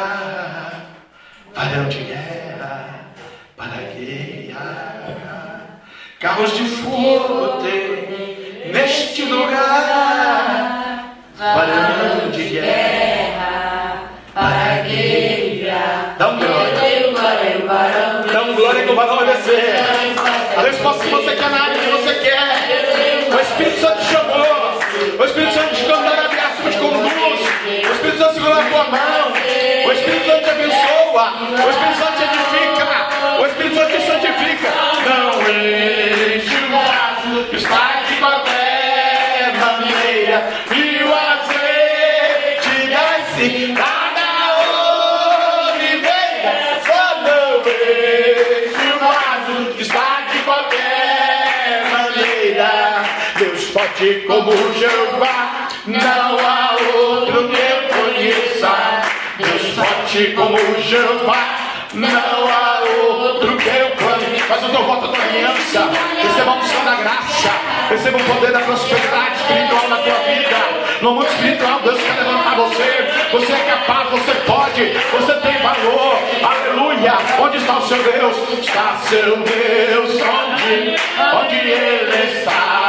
[SPEAKER 2] lugar. Varão de guerra para guiar. Carros de fogo tem neste lugar. Varão de guerra para guerrear. Dá um glória. Dá um glória que o varão vai descer. A resposta que você quer na área que você quer. O Espírito Santo te chamou. O Espírito Santo te cantará de graça, te conduz. O Espírito Santo segura a tua mão. O Espírito Santo te abençoa. O Espírito Santo te edifica. O Espírito Santo te santifica. Não enche o vaso que está de qualquer maneira. E o azeite desce lá na oliveira. Só não enche o vaso que está de qualquer maneira. Deus forte como Jeová, não há outro que eu conheça. Deus forte como Jeová, não há outro que eu conheça. Faz o teu voto, a tua aliança. Receba a unção da graça. Receba o poder da prosperidade espiritual na tua vida. No mundo espiritual, Deus quer levantar você. Você é capaz, você pode, você tem valor. Aleluia. Onde está o seu Deus? Está seu Deus. Onde Ele está?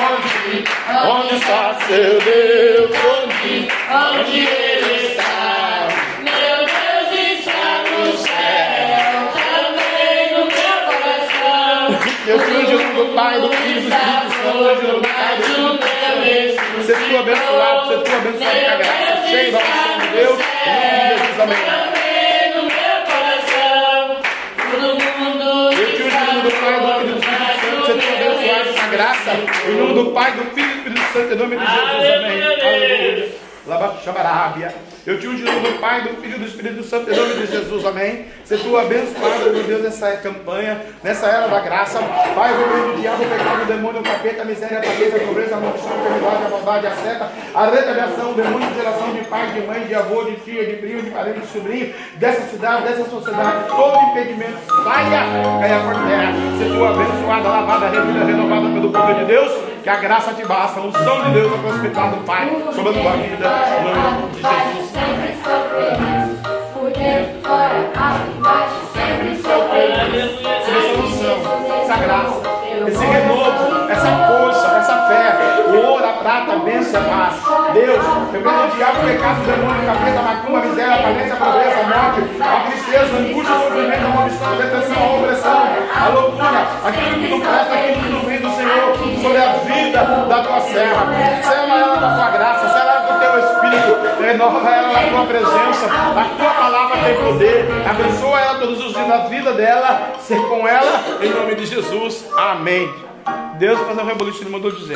[SPEAKER 2] Onde está seu Deus? Onde Ele está?
[SPEAKER 3] Meu Deus está no céu, também no meu coração.
[SPEAKER 2] Eu finjo do Pai, do Filho, do Espírito Santo, do Pai, do Filho. Ser tu abençoado, ser tu abençoado com a graça, cheio da unção de Deus. Em nome de Jesus, amém.
[SPEAKER 3] Também no meu coração, todo mundo
[SPEAKER 2] Eu te unjo do Pai, do Filho, do Espírito Santo, ser tu abençoado com a graça. Em nome do Pai, do Filho e do Espírito Santo, em nome de Jesus, amém. Aleluia. Labaxabarábia. Eu te unjo do Pai, do Filho e do Espírito Santo, em nome de Jesus, amém. Se tu abençoado, meu Deus, nessa campanha, nessa era da graça. Pai, eu repreendo o diabo, o pecado, o demônio, o capeta, a miséria, a pobreza, a pobreza, a maldição, a enfermidade, a maldade, a seta, a retaliação, o demônio de geração de pai, de mãe, de avô, de tia, de primo, de parente, de sobrinho, dessa cidade, dessa sociedade, todo impedimento saia, caia por terra. Se tu abençoada, lavada, revida, renovada pelo poder de Deus, que a graça te basta, a unção de Deus, a prosperidade do Pai sobre a tua vida, em nome de Jesus.
[SPEAKER 3] Sempre sou feliz, por dentro, fora, alto, embaixo, sempre sou feliz.
[SPEAKER 2] Essa unção, essa graça, esse renovo, essa força, essa fé, o ouro, a prata, a bênção, a paz. Deus, eu vejo o diabo, o pecado, o demônio, a capeta, a macumba, a miséria, a falência, a pobreza, a morte, a tristeza, a angústia, o sofrimento, a maldição, a depressão, a opressão, a loucura, aquilo que não presta, aquilo que não vem do Senhor, sobre a vida da tua serva. Sela ela com a tua graça, sela ela com o teu Espírito, renova ela na tua presença, a tua palavra tem poder, abençoa ela todos os dias da vida dela, ser com ela, em nome de Jesus, amém. Deus vai fazer um reboliço, ele mandou dizer.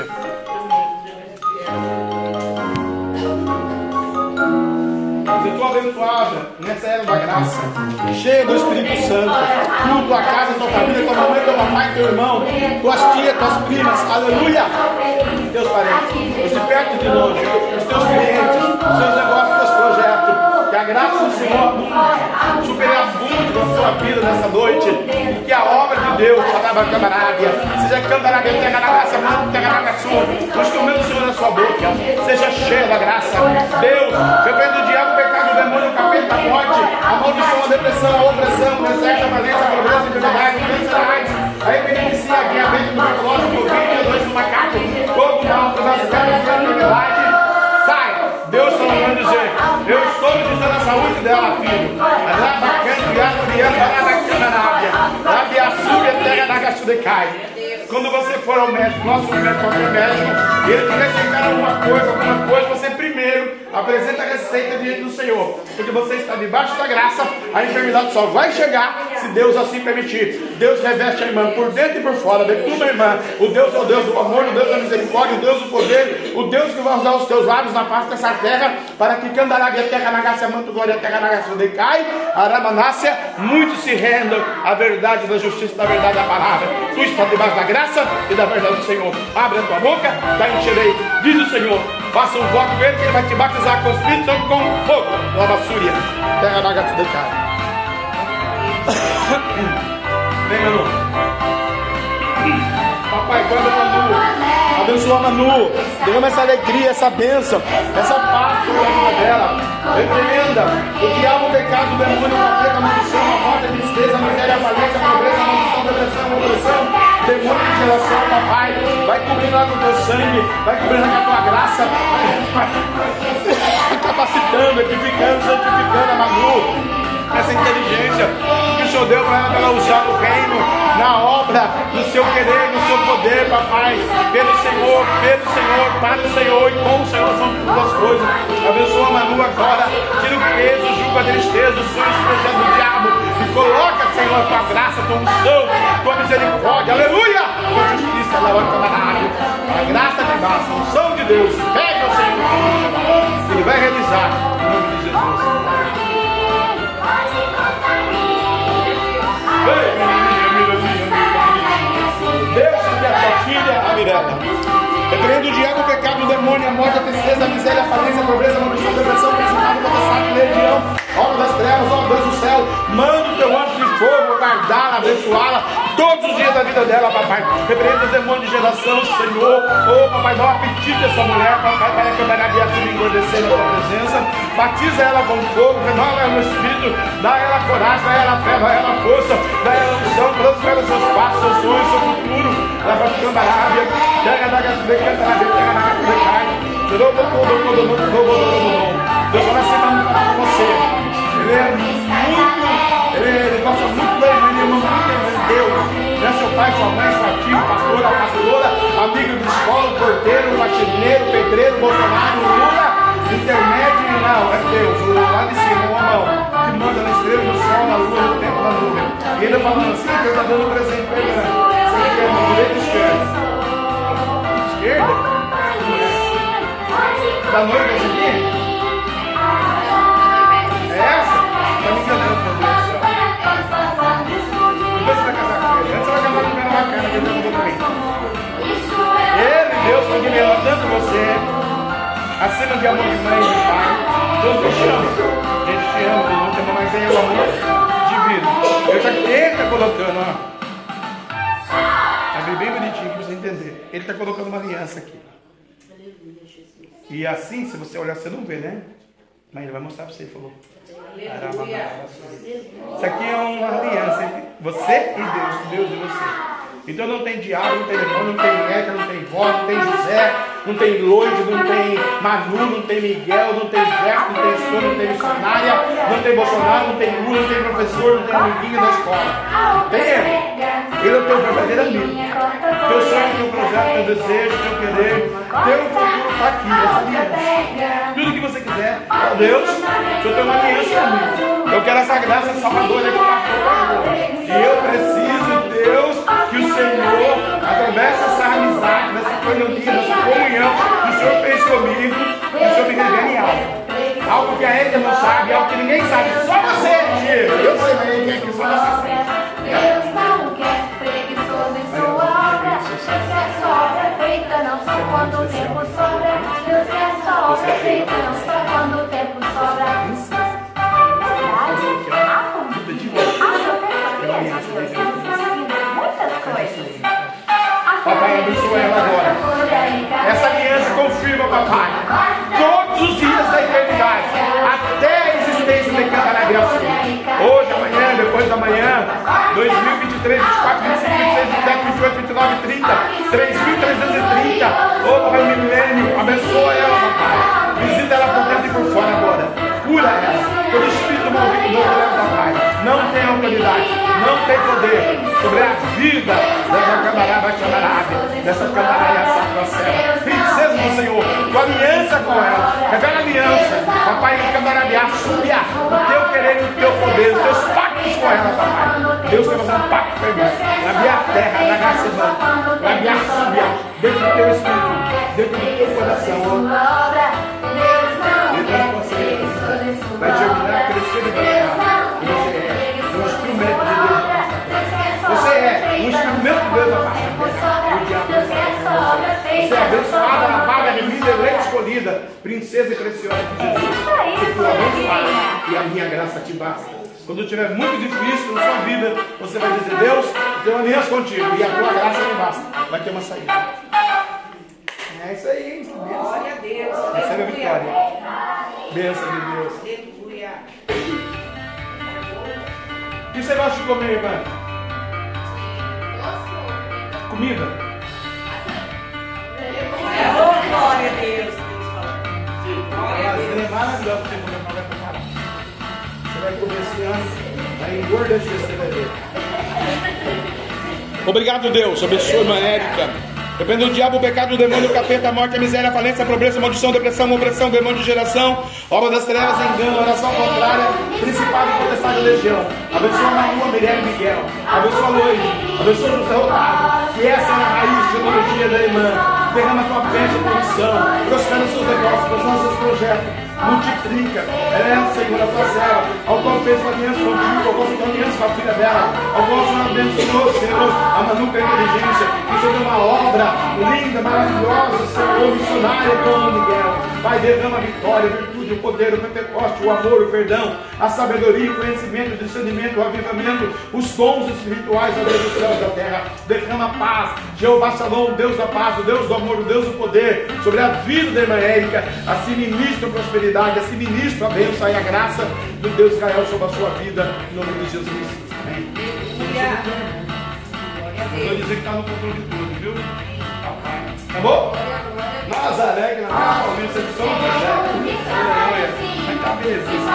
[SPEAKER 2] Se tu abençoada nessa era da graça, cheia do Espírito Santo, tu, tua casa, tua família, tua mamãe, teu papai, teu irmão, tuas tias, tuas primas, aleluia, teus parentes, os de perto e de longe, os teus clientes, os teus negócios, os teus projetos, que a graça do Senhor superabunde na sua vida nessa noite, e que a obra de Deus, seja cantarábia, terra na graça, mano, terra na graça, o instrumento do Senhor na sua boca, seja cheia da graça. Deus, repreendo o diabo, o pecado, o demônio, o capeta, a morte, a maldição, a depressão, a opressão, o deserto, a valência, a pobreza, a enfermidade, o câncer, a AIDS, a epidemia, a diabetes, tuberculose, covid, a doença do macaco, todo mal, todas as pedras, a enfermidade, sai! Deus está mandando dizer, eu estou me dizendo a saúde dela, filho. Quando você for ao médico, nosso médico, qualquer médico, e ele te receitar alguma coisa, você primeiro apresenta a receita diante do Senhor, porque você está debaixo da graça, a enfermidade só vai chegar se Deus assim permitir. Deus reveste a irmã por dentro e por fora, detuma a irmã. O Deus é o Deus do amor, o Deus da misericórdia, o Deus do poder, o Deus que vai usar os teus lábios na face dessa terra, para que Candarabia, terra na graça, manto, glória, terra na graça, decai, Aramanácia, muitos se rendam à verdade da justiça, da verdade da palavra. Tu estás debaixo da graça e da verdade do Senhor. Abre a tua boca, da encherei, diz o Senhor. Faça um voto com ele, que ele vai te batizar com o Espírito Santo com fogo. Lavassúria, terra na graça, decai. Vem, Manu. Papai, guarda Manu. Abençoa Manu. Derrama essa alegria, essa bênção, essa paz sobre a vida dela. Repreenda o diabo, o pecado, o demônio, a capeta, a maldição, a morte, a tristeza, a miséria, a falência, a pobreza, a maldição, a depressão, a opressão, demônio de geração, papai. Vai cobrindo ela com o teu sangue, vai cobrindo ela com a tua graça, vai capacitando, edificando, santificando a Manu. Essa inteligência que o Senhor deu para ela usar no reino, na obra, no seu querer, no seu poder, papai, pelo Senhor, para o Senhor e com o Senhor são todas as coisas. Abençoa a Manu agora, tira o peso, julga a tristeza, o sonho projeto do diabo e coloca, Senhor, tua graça, tua unção, tua misericórdia, aleluia, tua justiça, a graça de basta, a unção de Deus, pega o Senhor, ele vai realizar em nome de Jesus. Deus sabe a tua filha, a Mirella. Repreendo o diabo, o pecado, o demônio, a morte, a tristeza, a miséria, a falência, a pobreza, a maldição, a depressão, o principado, o potestade, legião, obra das trevas, ó Deus do céu. Manda o teu anjo de fogo, guardá-la, abençoá-la todos os dias da vida dela, papai. Repreendo os demônios de geração, Senhor. Oh, papai, dá um apetite a essa mulher, papai, para que a Maria se engordecer na tua presença. Batiza ela com fogo, renova ela no Espírito, dá ela coragem, dá ela fé, dá ela força, dá ela unção, transfere os seus passos, seus sonhos, seu futuro. Leva a Candarábia, pega da gasolina, pega da gasolina, Deus vai sempre falar com você. Ele gosta muito bem, ele ama muito Deus. É seu pai, sua mãe, sua tia, pastora, amigo de escola, porteiro, faxineiro, pedreiro, Bolsonaro, Lula, intermédio, não, é Deus, lá de cima, uma mão, que manda na estrela, no sol, na lua, no tempo, na nuvem. E ele falando assim, Deus está dando um presente para ele. Você quer na direita ou esquerda? Esquerda? Da noiva esse aqui? que me ama tanto você, acima de amor de mãe e de pai. Deus te ama. Ele te ama, Ele não te ama, mas é o amor divino. Ele está colocando, ó. Tá bem bonitinho para você entender. Ele está colocando uma aliança aqui. E assim, se você olhar, você não vê, né? Mas ele vai mostrar para você, ele falou. Isso aqui é uma aliança entre você e Deus e você. Então não tem diabo, não tem demônio, não tem Neca, não tem vó, não tem José, não tem Loide, não tem Manu, não tem Miguel, não tem Jeff, não tem Sônia, não tem missionária, não tem Bolsonaro, não tem Lula, não tem professor, não tem amiguinho da escola. Tem ele. Ele é o teu verdadeiro amigo. Teu sonho, teu projeto, teu desejo, teu querer, teu futuro está aqui, essa aliança. Tudo que você quiser, ó Deus, eu tenho uma aliança comigo. Eu quero essa graça salvadora que passou para agora. E eu preciso, Deus, que o Senhor, através dessa amizade, dessa coinonia, dessa comunhão que o Senhor fez comigo, que o Senhor me revele em algo. Algo que a Érica não sabe, algo que ninguém sabe. Só você, Diego. Eu sei, mas ele quer que só você sabe.
[SPEAKER 3] Deus não quer preguiçoso em sua obra. Deus quer só obra feita, não só quando o tempo sobra. Deus quer só obra feita, não só quando o tempo sobra.
[SPEAKER 2] Papai, abençoa ela agora. Essa aliança confirma, papai, todos os dias da eternidade, até a existência de cada graça. Hoje, amanhã, depois da manhã, 2023, 24, 25, 26, 27, 28, 29, 30, 3.330. Ô, Pai milênio, abençoa ela, papai. Visita ela por dentro e por fora agora. Cura ela. Todo espírito maldito do dela, papai. Não tem autoridade, não tem poder sobre a vida dessa camarada, dessa camarada sacrocela. Princesa do Senhor, tua aliança com ela, revela aliança, papai, camarada, subia o teu querer e o teu poder, os teus pactos com ela, papai. Deus quer fazer um pacto com ela, na minha terra, na graça irmã, na minha subia, dentro do teu espírito, dentro do teu coração. Vai te ajudar a crescer e prosperar. Você é um instrumento de Deus, papai. Você é abençoada, lavada, remida, eleita, escolhida, princesa e preciosa de Jesus. Que tu abençoada e a minha graça te basta. Quando tiver muito difícil na sua vida, você vai dizer: Deus, eu tenho aliança contigo e a tua graça me basta. Vai ter uma saída. É isso aí, hein?
[SPEAKER 4] Glória a Deus.
[SPEAKER 2] Recebe a vitória. Bênção de Deus.
[SPEAKER 4] Aleluia.
[SPEAKER 2] O que você gosta de comer, irmã? Comida?
[SPEAKER 4] Glória a Deus. Glória a Deus.
[SPEAKER 2] É maravilhoso você comer, não vai preparar. Você vai comer esse ano, vai engordecer, você vai ver. Obrigado, Deus. Abençoe, irmã Érica. Depende do diabo, o pecado, o demônio, o capeta, a morte, a miséria, a falência, a pobreza, a maldição, a depressão, a opressão, demônio de geração, obra das trevas, engano, oração contrária, principado e potestade da legião. Abençoa Maria, Miriam e Miguel. Abençoa Loide. Abençoa José Otávio. Que essa é a raiz de teologia da irmã. Derrama a tua bênção e condição. Prospera os seus negócios, prospera os seus projetos. Multiplica, Senhor, a tua serva, ao qual fez uma aliança contigo, ao qual fez uma aliança com a filha dela, ao qual o Senhor abençoou, Senhor, a Manuca inteligência, que o Senhor deu uma obra linda, maravilhosa, Senhor, missionária como Miguel. Pai, derrama a vitória, a virtude, o poder, o Pentecoste, o amor, o perdão, a sabedoria, o conhecimento, o discernimento, o avivamento, os dons espirituais da Deus dos céus e da terra. Derrama a paz, Jeová Shalom, Deus da paz, o Deus do amor, o Deus do poder, sobre a vida da irmã Érica. Assim ministra a prosperidade, assim ministra a bênção e a graça do Deus Israel sobre a sua vida, em nome de Jesus. Amém. Eu vou dizer que está no controle de tudo, viu? Tá bom? Nazaré, que na minha família, vocês são vai estar beleza.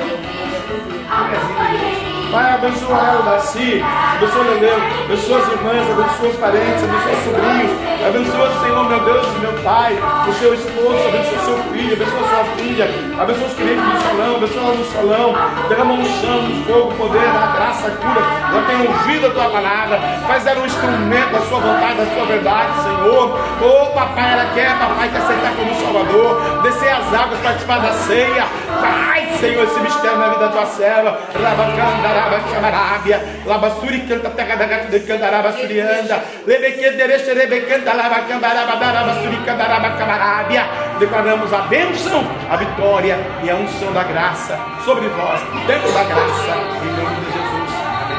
[SPEAKER 2] Pai, abençoa ela, Darcy, abençoa o Leleu, abençoa as irmãs, abençoa os parentes, abençoa os sobrinhos, abençoa, Senhor, meu Deus, meu Pai, o seu esposo, abençoa o seu filho, abençoa a sua filha, abençoa os clientes do salão, abençoa ela no salão, derrama um chão, um fogo, poder, a graça, a cura, ela tem ouvido a tua palavra, faz ela um instrumento da sua vontade, da sua verdade, Senhor. Oh, papai, ela quer, papai, que aceitar como Salvador, descer as águas, participar da ceia, Pai, Senhor, esse mistério na vida da tua serva. Labacandaraba, chamarábia. Labassuri, canta, tagadaga, candaraba, surianda. Lebeque, derecha, rebecanta, labacambaraba, darabasuri, candaraba, camarábia. Declaramos a bênção, a vitória e a unção da graça sobre vós, dentro da graça, em nome de Jesus.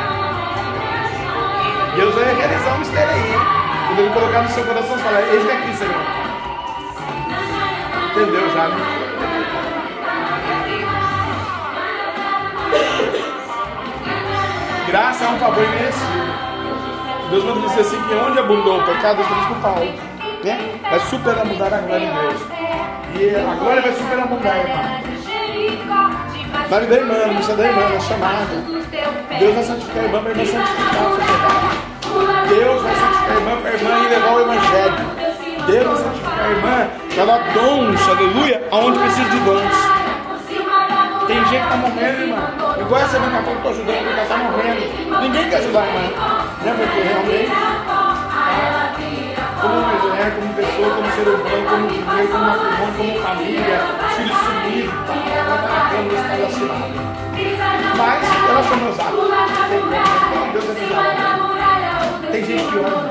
[SPEAKER 2] Amém. Deus vai realizar um mistério aí, hein? Quando Ele colocar no seu coração, você fala: eis-me aqui, Senhor. Entendeu já, né? Graça é um favor imerecido. Deus manda dizer assim que onde abundou o pecado, Deus com Paulo, né? Vai superabundar a glória de Deus. E a glória vai superabundar, irmão. Vai da irmã, não precisa da irmã, é chamada. Deus vai santificar a irmã para a irmã santificar a sociedade. Deus vai santificar a irmã para a irmã e levar o evangelho. Deus vai santificar a irmã para dar dons, aleluia, aonde precisa de dons. Tem gente que está morrendo, irmã. Igual essa irmã que eu estou ajudando, porque ela está morrendo. Ninguém quer ajudar a irmã. Né? Porque realmente, como mulher, como pessoa, como ser humano, como dinheiro, como matrimônio, como família, filhos sumidos, ela está na cama, está lastimada. Mas ela chama os atos. Deus é verdade. Tem gente que olha.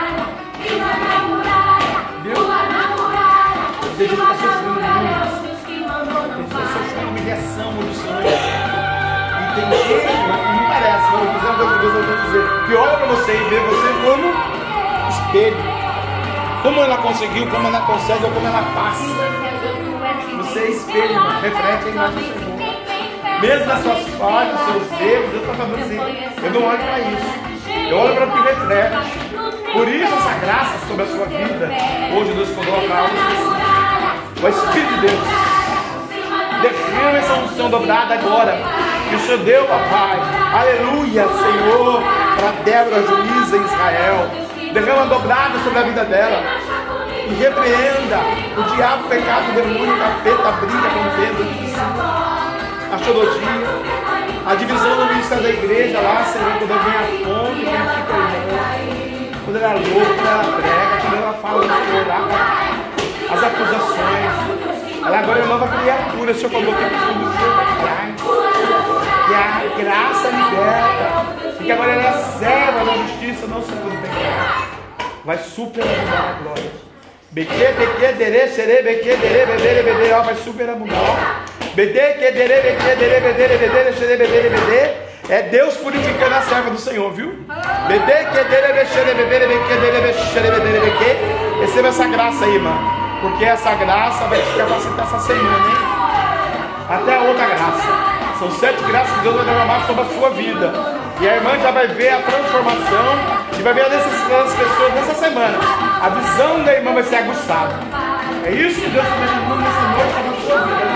[SPEAKER 2] Viu? Tem gente que está sofrendo muito. Está sofrendo humilhação, maldição. E tem gente, não parece, mas eu vou dizer uma coisa que Deus vai dizer, que olha para você e vê você como espelho. Como ela conseguiu, como ela consegue, ou como ela passa. Você é espelho, reflete a imagem do Senhor. Mesmo nas suas falhas, nos seus erros, Deus está falando assim: eu não olho para isso, eu olho para o que reflete. Por isso essa graça sobre a sua vida, hoje Deus coloca algo específico. O Espírito de Deus derrama essa unção dobrada agora que o Senhor deu, papai. Aleluia, Senhor, para Débora, juíza em Israel. Derrama dobrada sobre a vida dela e repreenda o diabo, o pecado, o demônio, o capeta, a briga, a contenda, a divisão, a xodologia, a divisão no ministério da igreja lá, Senhor, quando vem a fome, quando fica irmão, quando ela é louca, quando ela prega, quando ela fala do Senhor lá, as acusações. Ela agora é nova criatura. O Senhor falou que é tudo do Senhor da carne, que a graça liberta, e que agora ela é serva da justiça, não segundo o pecado. Vai superabundar a glória. Beque, beque, dere, serê, beque, dere, bedere, bedere, ó, vai superabundar. Bede, que dere, beque, dere, bedere, bedere, serê, bedere, bedere. É Deus purificando a serva do Senhor, viu? Bede, que dere, beque, bedere, beque, dere, bedere, beque. Receba essa graça aí, irmão. Porque essa graça vai te capacitar essa semana, hein? Até a outra graça. São 7 graças que Deus vai derramar sobre a sua vida. E a irmã já vai ver a transformação e vai ver a necessidade das pessoas nessa semana. A visão da irmã vai ser aguçada. É isso que Deus está derramando nessa noite para a sua vida.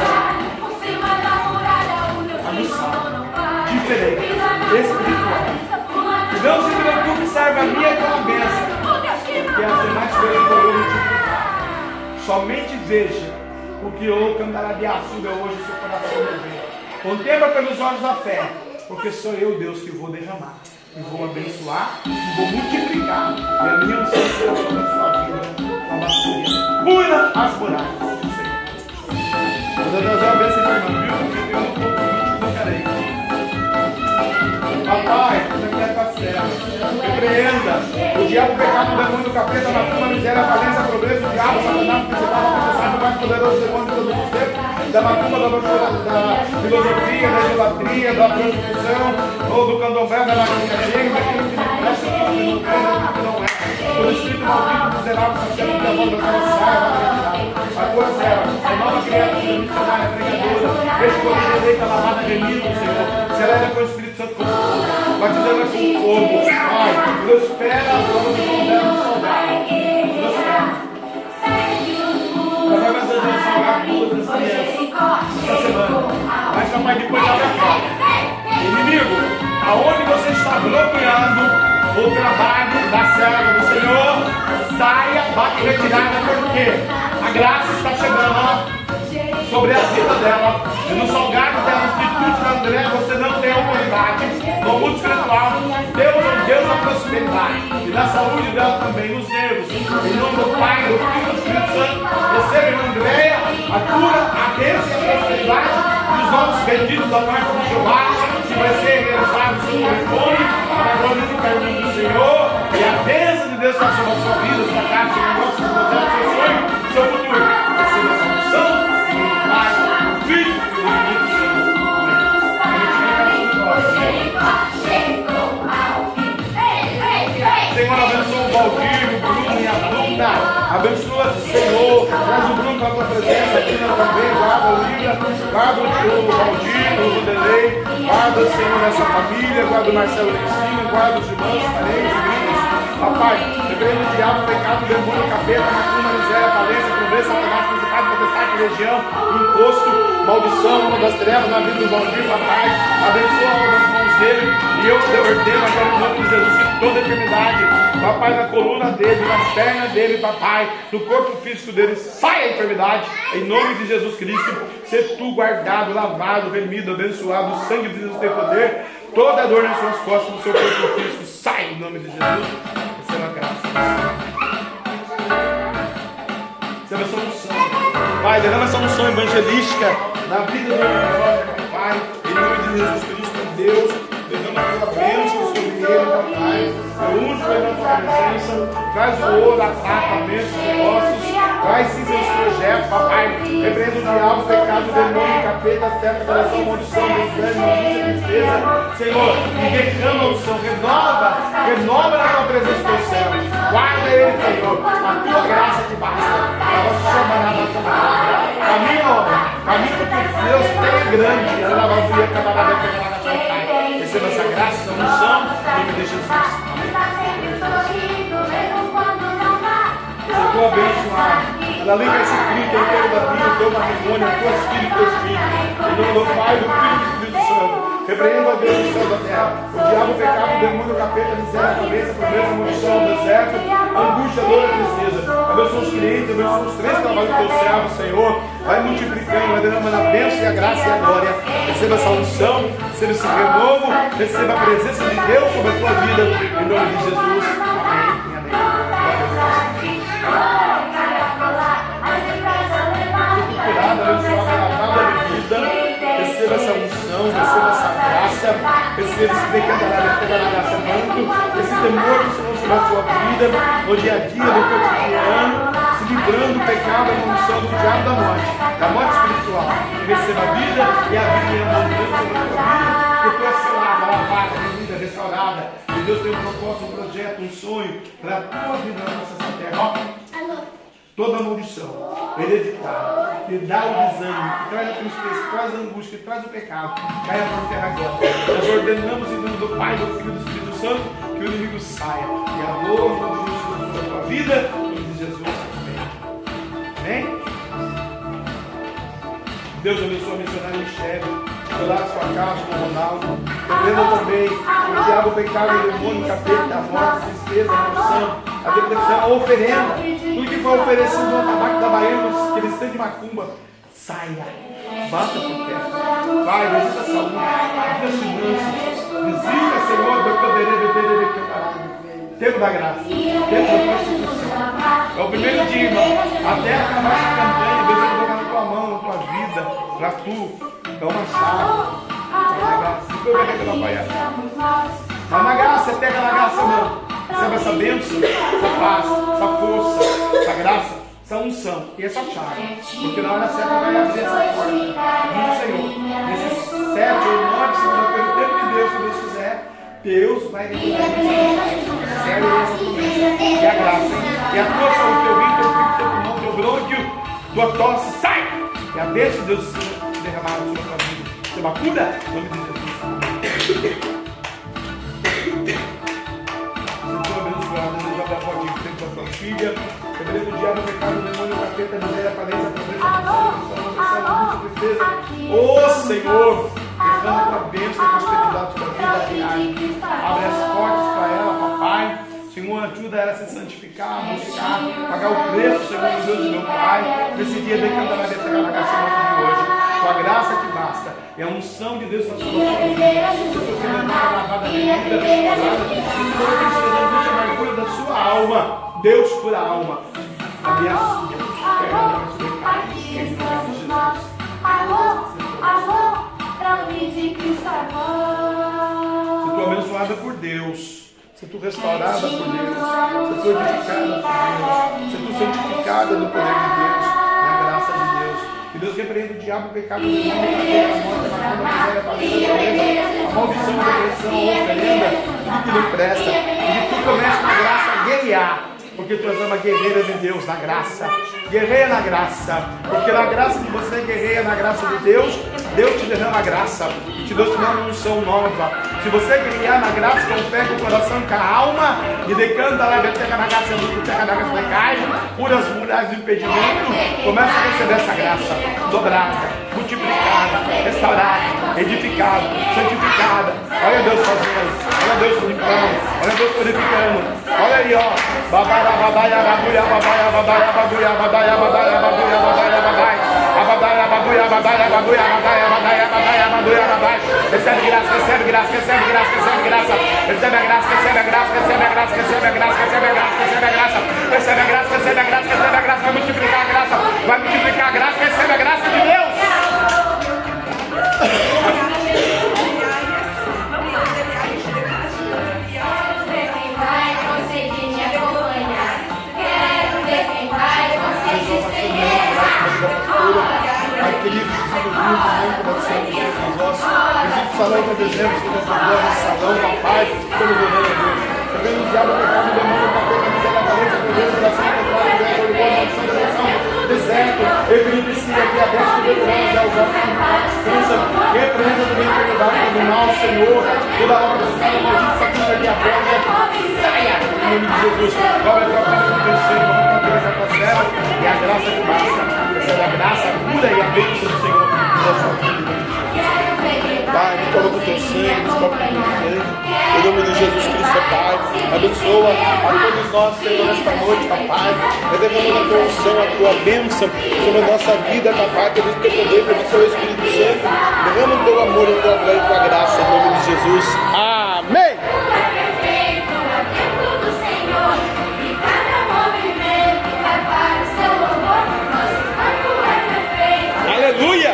[SPEAKER 2] Aguçada. Diferente. Espiritual. E não se preocupe, serve a minha como a bênção. Porque as demais coisas vão glorificar. Somente veja o que o cantarabiaçuga hoje o seu coração vai ver. Contempla pelos olhos da fé, porque sou eu, Deus, que vou derramar, que vou abençoar, que vou multiplicar. E a minha unção será sobre a sua vida, a bacia. Pula as muralhas do Senhor. Deus vai dar a bênção para irmã, viu? Porque eu não vou não querei. Papai, você quer estar certo. Repreenda o diabo, o pecado, o demônio, o capeta, a macumba, a miséria, a falência, a pobreza, o diabo, o satanás, o principal, o professor, o mais poderoso demônio de todo o tempo, da macumba, da filosofia, da idolatria, da prostituição, ou do candomblé, da magia chega, daquilo que não presta, daquilo que não crê, daquilo que não é. O espírito maldito, miserável, saciado, que a voz da tua saia, a tua serva, a nova criatura, missionária, pregadora, escolhida, eleita, lavada, remida, Senhor, celebra com o Espírito Santo como fogo, batizando com fogo. Pai, prospera a obra do moderno soldado. Prospera. Agora nós vamos salvar todas as crianças essa semana. Mas, papai, depois abre a porta. Inimigo, aonde você está bloqueando o trabalho da serva do Senhor, saia, bate retirada, porque a graça está chegando, ó, sobre a vida dela, e no salgado dela, no Espírito de André, você não tem autoridade. No mundo espiritual, Deus é Deus da prosperidade, e na saúde dela também, nos nervos. Em nome do Pai, do Filho e do Espírito Santo, receba em Andréia a cura, a bênção e a prosperidade, e os benditos da parte do Jeová, que vai ser realizado o seu telefone, para a glória do caminho do Senhor, e a bênção de Deus está sobre a sua vida, sua casa, seu negócio, seu projeto, seu sonho, seu futuro. Receba essa unção, do Pai, do Filho e do Espírito Santo. Senhor, abençoa o Valdir, o Bruno e a Bruna. Abençoa, Senhor. Traz o Bruno para a tua presença aqui também. Guarda o Lívia, guarda o Valdir, o Vanderlei. Guarda, Senhor, essa família. Guarda o Marcelo lá em cima. Guarda os irmãos, parentes, amigos. Papai, repreende o diabo, o pecado, o demônio, o capeta, a macumba, a miséria, a falência, a pobreza, Satanás, principado, potestade, legião, imposto, maldição, uma das trevas na vida do Valdir, papai. Abençoa a obra das mãos dele. E eu te ordeno agora em nome de Jesus que toda enfermidade, papai, na coluna dele, nas pernas dele, papai, no corpo físico dele, saia a enfermidade, em nome de Jesus Cristo. Ser tu guardado, lavado, remido, abençoado, o sangue de Jesus tem poder. Toda dor nas suas costas, no seu corpo físico, sai em nome de Jesus. Receba a graça. Receba essa unção. Pai, derrama essa unção evangelística na vida do meu Pai, em nome de Jesus Cristo, Deus. Derrama a tua bênção sobre ele, papai. Eu unjo ele na tua presença. Traz o ouro, a prata, a bênção, os negócios. Traz sim seus projetos, papai. Repreenda o diabo, o pecado, o demônio, o capeta, a seta, a coração, a maldição, desânimo, a angústia, a tristeza. Senhor, e derrama a unção, renova na tua presença do céu. Guarda ele, Senhor. A tua graça te basta. Ela chama na tua palavra. Caminha, homem. Caminha porque Deus tem grande. Ela vai vir a cada vez que ela vai. Receba essa graça, essa unção, em nome de Jesus. Eu estou abençoado. Ela liga esse grito em todo da vida, teu matrimônio, tuas filhas e teus filhos. Em nome do Pai, do Filho e do Espírito Santo. Repreenda a Deus do céu da terra. O diabo, o pecado, o demônio, o capeta, a miséria, a cabeça, a pobreza, a maldição, o deserto, a angústia, a dor, a tristeza. Abençoa os clientes, abençoa os três trabalhos do teu servo, Senhor. Vai multiplicando, vai derramando a bênção e a graça e a glória. Receba essa unção, receba esse renovo, receba a presença de Deus sobre a tua vida. Em nome de Jesus. Amém e amém. Curada, abençoada, lavada, bebida. Receba essa unção, receba essa graça, receba esse decantaraça manto, esse temor do Senhor sobre a sua vida, no dia a dia, no cotidiano, se livrando do pecado, a maldição do diabo da morte espiritual. Receba a vida e a vida em abundância sobre a tua vida, que tu és selada, lavada, remida, restaurada. E Deus tem um propósito, um projeto, um sonho para a tua vida na nossa terra. Toda maldição hereditária que dá o desânimo, que traz a tristeza, que traz a angústia, que traz o pecado, caia por terra agora. Nós ordenamos em nome do Pai, do Filho e do Espírito Santo que o inimigo saia. E a dor de Jesus sobre a tua vida, em nome de Jesus. Amém? Amém? Deus abençoe a missionária Michele. Lá na sua casa, com o Ronaldo. Repreenda também o diabo, o pecado, o demônio, o capeta, a morte, a tristeza, a maldição, a depressão, a oferenda. Tudo que foi oferecido no tabaco da Bahia, que eles têm de macumba, saia. Bata por terra. Vai, visita a saúde, visita as finanças. Visita, Senhor, do poder tempo da graça, tempo da constituição. É o primeiro dia, irmão. Até acabar essa campanha, Deus vai colocar na tua mão, na tua vida, para tu. É uma chave. Mas na graça, pega na graça, não. Recebe essa bênção, essa paz, essa força, essa graça, essa unção e essa chave. Porque na hora certa vai abrir essa porta. Diz o Senhor. Nesses 7 ou 9 segundos, pelo tempo de Deus, se Deus quiser, Deus vai revelar essa sério essa promessa. E a graça, hein? E a tua saúde, teu rim, teu pico, teu pulmão, teu brônquio, tua tosse, sai! E a bênção de Deus derramada sobre a tua vida. Você uma cura? Em nome de Jesus. Senhor abençoado, Deus abre a porta de frente da tua filha. Quebrando o diabo, o pecado, o demônio, o capeta, a miséria, a falência, a pobreza, a maldição, a tristeza. Ô Senhor, derrama a tua bênção e a prosperidade sobre a vida diária. Abre as portas para ela, papai. Senhor, ajuda ela a se santificar, a buscar, pagar o preço, Senhor, meu Deus e meu Pai. Nesse dia, decanta na vida da graça de hoje. Tua graça que basta. E a unção de Deus na sua vida. Se eu estou sendo lavada de vida, restaurada, se for a amargura da sua alma, Deus cura a alma. Abençoe, Deus. Perdão, abençoe, Pai. Em nome de Jesus. transformada por Deus. Se tu restaurada por Deus, se tu edificada por Deus, se tu santificada no poder de Deus, na graça de Deus. Que Deus repreenda o diabo, o pecado, o demônio, a morte, a miséria, a maldição, a depressão, a oferenda, tudo que não presta. E que tu comece na graça a guerrear, porque tu és uma guerreira de Deus, na graça. Guerreia na graça, porque na graça que você guerreia, na graça de Deus, Deus te derrama a graça, e te Deus te dá uma unção nova. Se você guerrear na graça, com o pé, com o coração, com a alma, e decanta lá, beteca na graça, beteca na graça, pecagem, cura as muralhas do impedimento, começa a receber essa graça dobrada, multiplicada, restaurada, edificada, santificada. Olha Deus fazendo, olha Deus limpando, olha Deus purificando. Olha aí, ó. Babaia, babaia, babuia, babaia, babaia, babuia, babaia, babaia, babuia, babaia, babaia. Ababaia, babuia, babaia, babuia, babaia, babaia, babaia, babuia, babaia. Recebe graça, recebe graça, recebe graça, recebe graça. Recebe a graça, recebe a graça, recebe a graça, recebe a graça, recebe a graça, recebe a graça. Recebe a graça, recebe a graça, recebe a graça. Vai multiplicar a graça, vai multiplicar a graça, recebe a graça de Deus. Aquele visível muito tempo da Santa dos nossos. Visite o salão que desejamos, que nós vamos no salão, papai, pelo governo de Deus. Também o diabo, o pecado, o demônio, o capeta, a miséria, a carência, a pobreza, a oração, a contrário, a vergonha, a maldição, a depressão, deserto, epilepsia, diabetes, tuberculose, Alzheimer, câncer, repreenda também a enfermidade do mal, Senhor, toda a obra do Senhor, maldita, sacuda, diabética, saia, em nome de Jesus. Cobra a tua parte do teu Senhor, cobra a tua cabeça, a tua serva, e a graça que basta. Recebe a graça, a cura e a bênção do Senhor na sua vida. Pai, me coloca o teu sangue, nos coloca o teu sangue. Em nome de Jesus Cristo, Pai. Abençoa a todos nós, Senhor, nesta noite, Papai. Derramando a tua unção, a tua bênção sobre a nossa vida, Papai. Pelo teu poder, pelo teu Espírito Santo. Derrama o teu amor, a tua glória e a tua graça. Em nome de Jesus. Amém. Aleluia!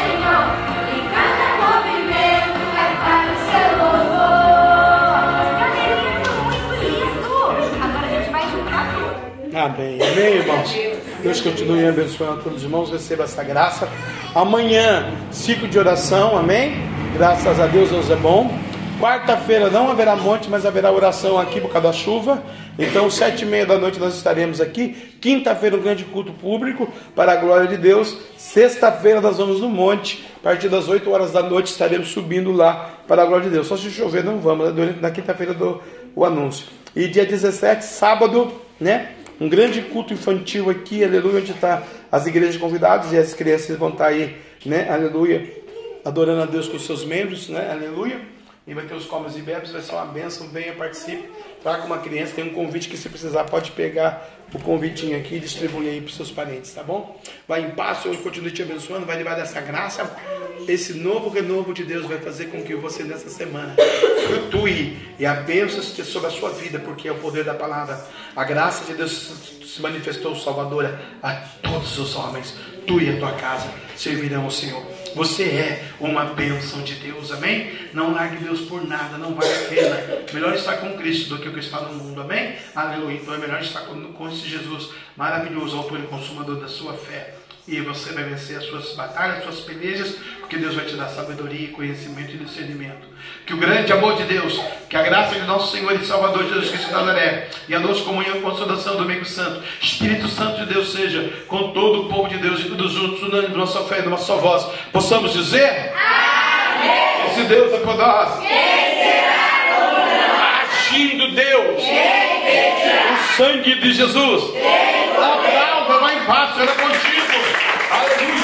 [SPEAKER 2] Amém, amém, irmãos. Deus continue abençoando a todos os irmãos. Receba essa graça. Amanhã, ciclo de oração, amém? Graças a Deus, Deus é bom. Quarta-feira não haverá monte, mas haverá oração aqui por causa da chuva. Então, 7h30 da noite nós estaremos aqui. Quinta-feira, um grande culto público para a glória de Deus. Sexta-feira nós vamos no monte. A partir das 8 horas da noite estaremos subindo lá para a glória de Deus. Só se chover não vamos. Na quinta-feira o anúncio. E dia 17, sábado, né? Um grande culto infantil aqui, aleluia, onde está as igrejas convidadas e as crianças vão estar aí, né? Aleluia, adorando a Deus com os seus membros, né? Aleluia. E vai ter os comes e bebes, vai ser uma bênção. Venha, participe, traga uma criança. Tem um convite que, se precisar, pode pegar o convitinho aqui e distribuir aí para os seus parentes, tá bom? Vai em paz, o Senhor continue te abençoando, vai levar dessa graça. Esse novo renovo de Deus vai fazer com que você nessa semana flutue e a bênção esteja sobre a sua vida, porque é o poder da palavra. A graça de Deus se manifestou salvadora a todos os homens. Tu e a tua casa servirão ao Senhor. Você é uma bênção de Deus, amém? Não largue Deus por nada, não vale a pena. Melhor estar com Cristo do que o que está no mundo, amém? Aleluia. Então é melhor estar com esse Jesus maravilhoso, autor e consumador da sua fé. E você vai vencer as suas batalhas, as suas pelejas, porque Deus vai te dar sabedoria, conhecimento e discernimento. Que o grande amor de Deus, que a graça de nosso Senhor e Salvador Jesus Cristo de Nazaré, e a nossa comunhão e consolação do Domingo Santo, Espírito Santo de Deus seja com todo o povo de Deus e todos juntos, unânime, nossa fé e numa só voz, possamos dizer: amém. Esse Deus é por nós. Quem será contra nós? Agindo Deus, o sangue de Jesus. Aplauda, vai em paz, será contigo. Aleluia.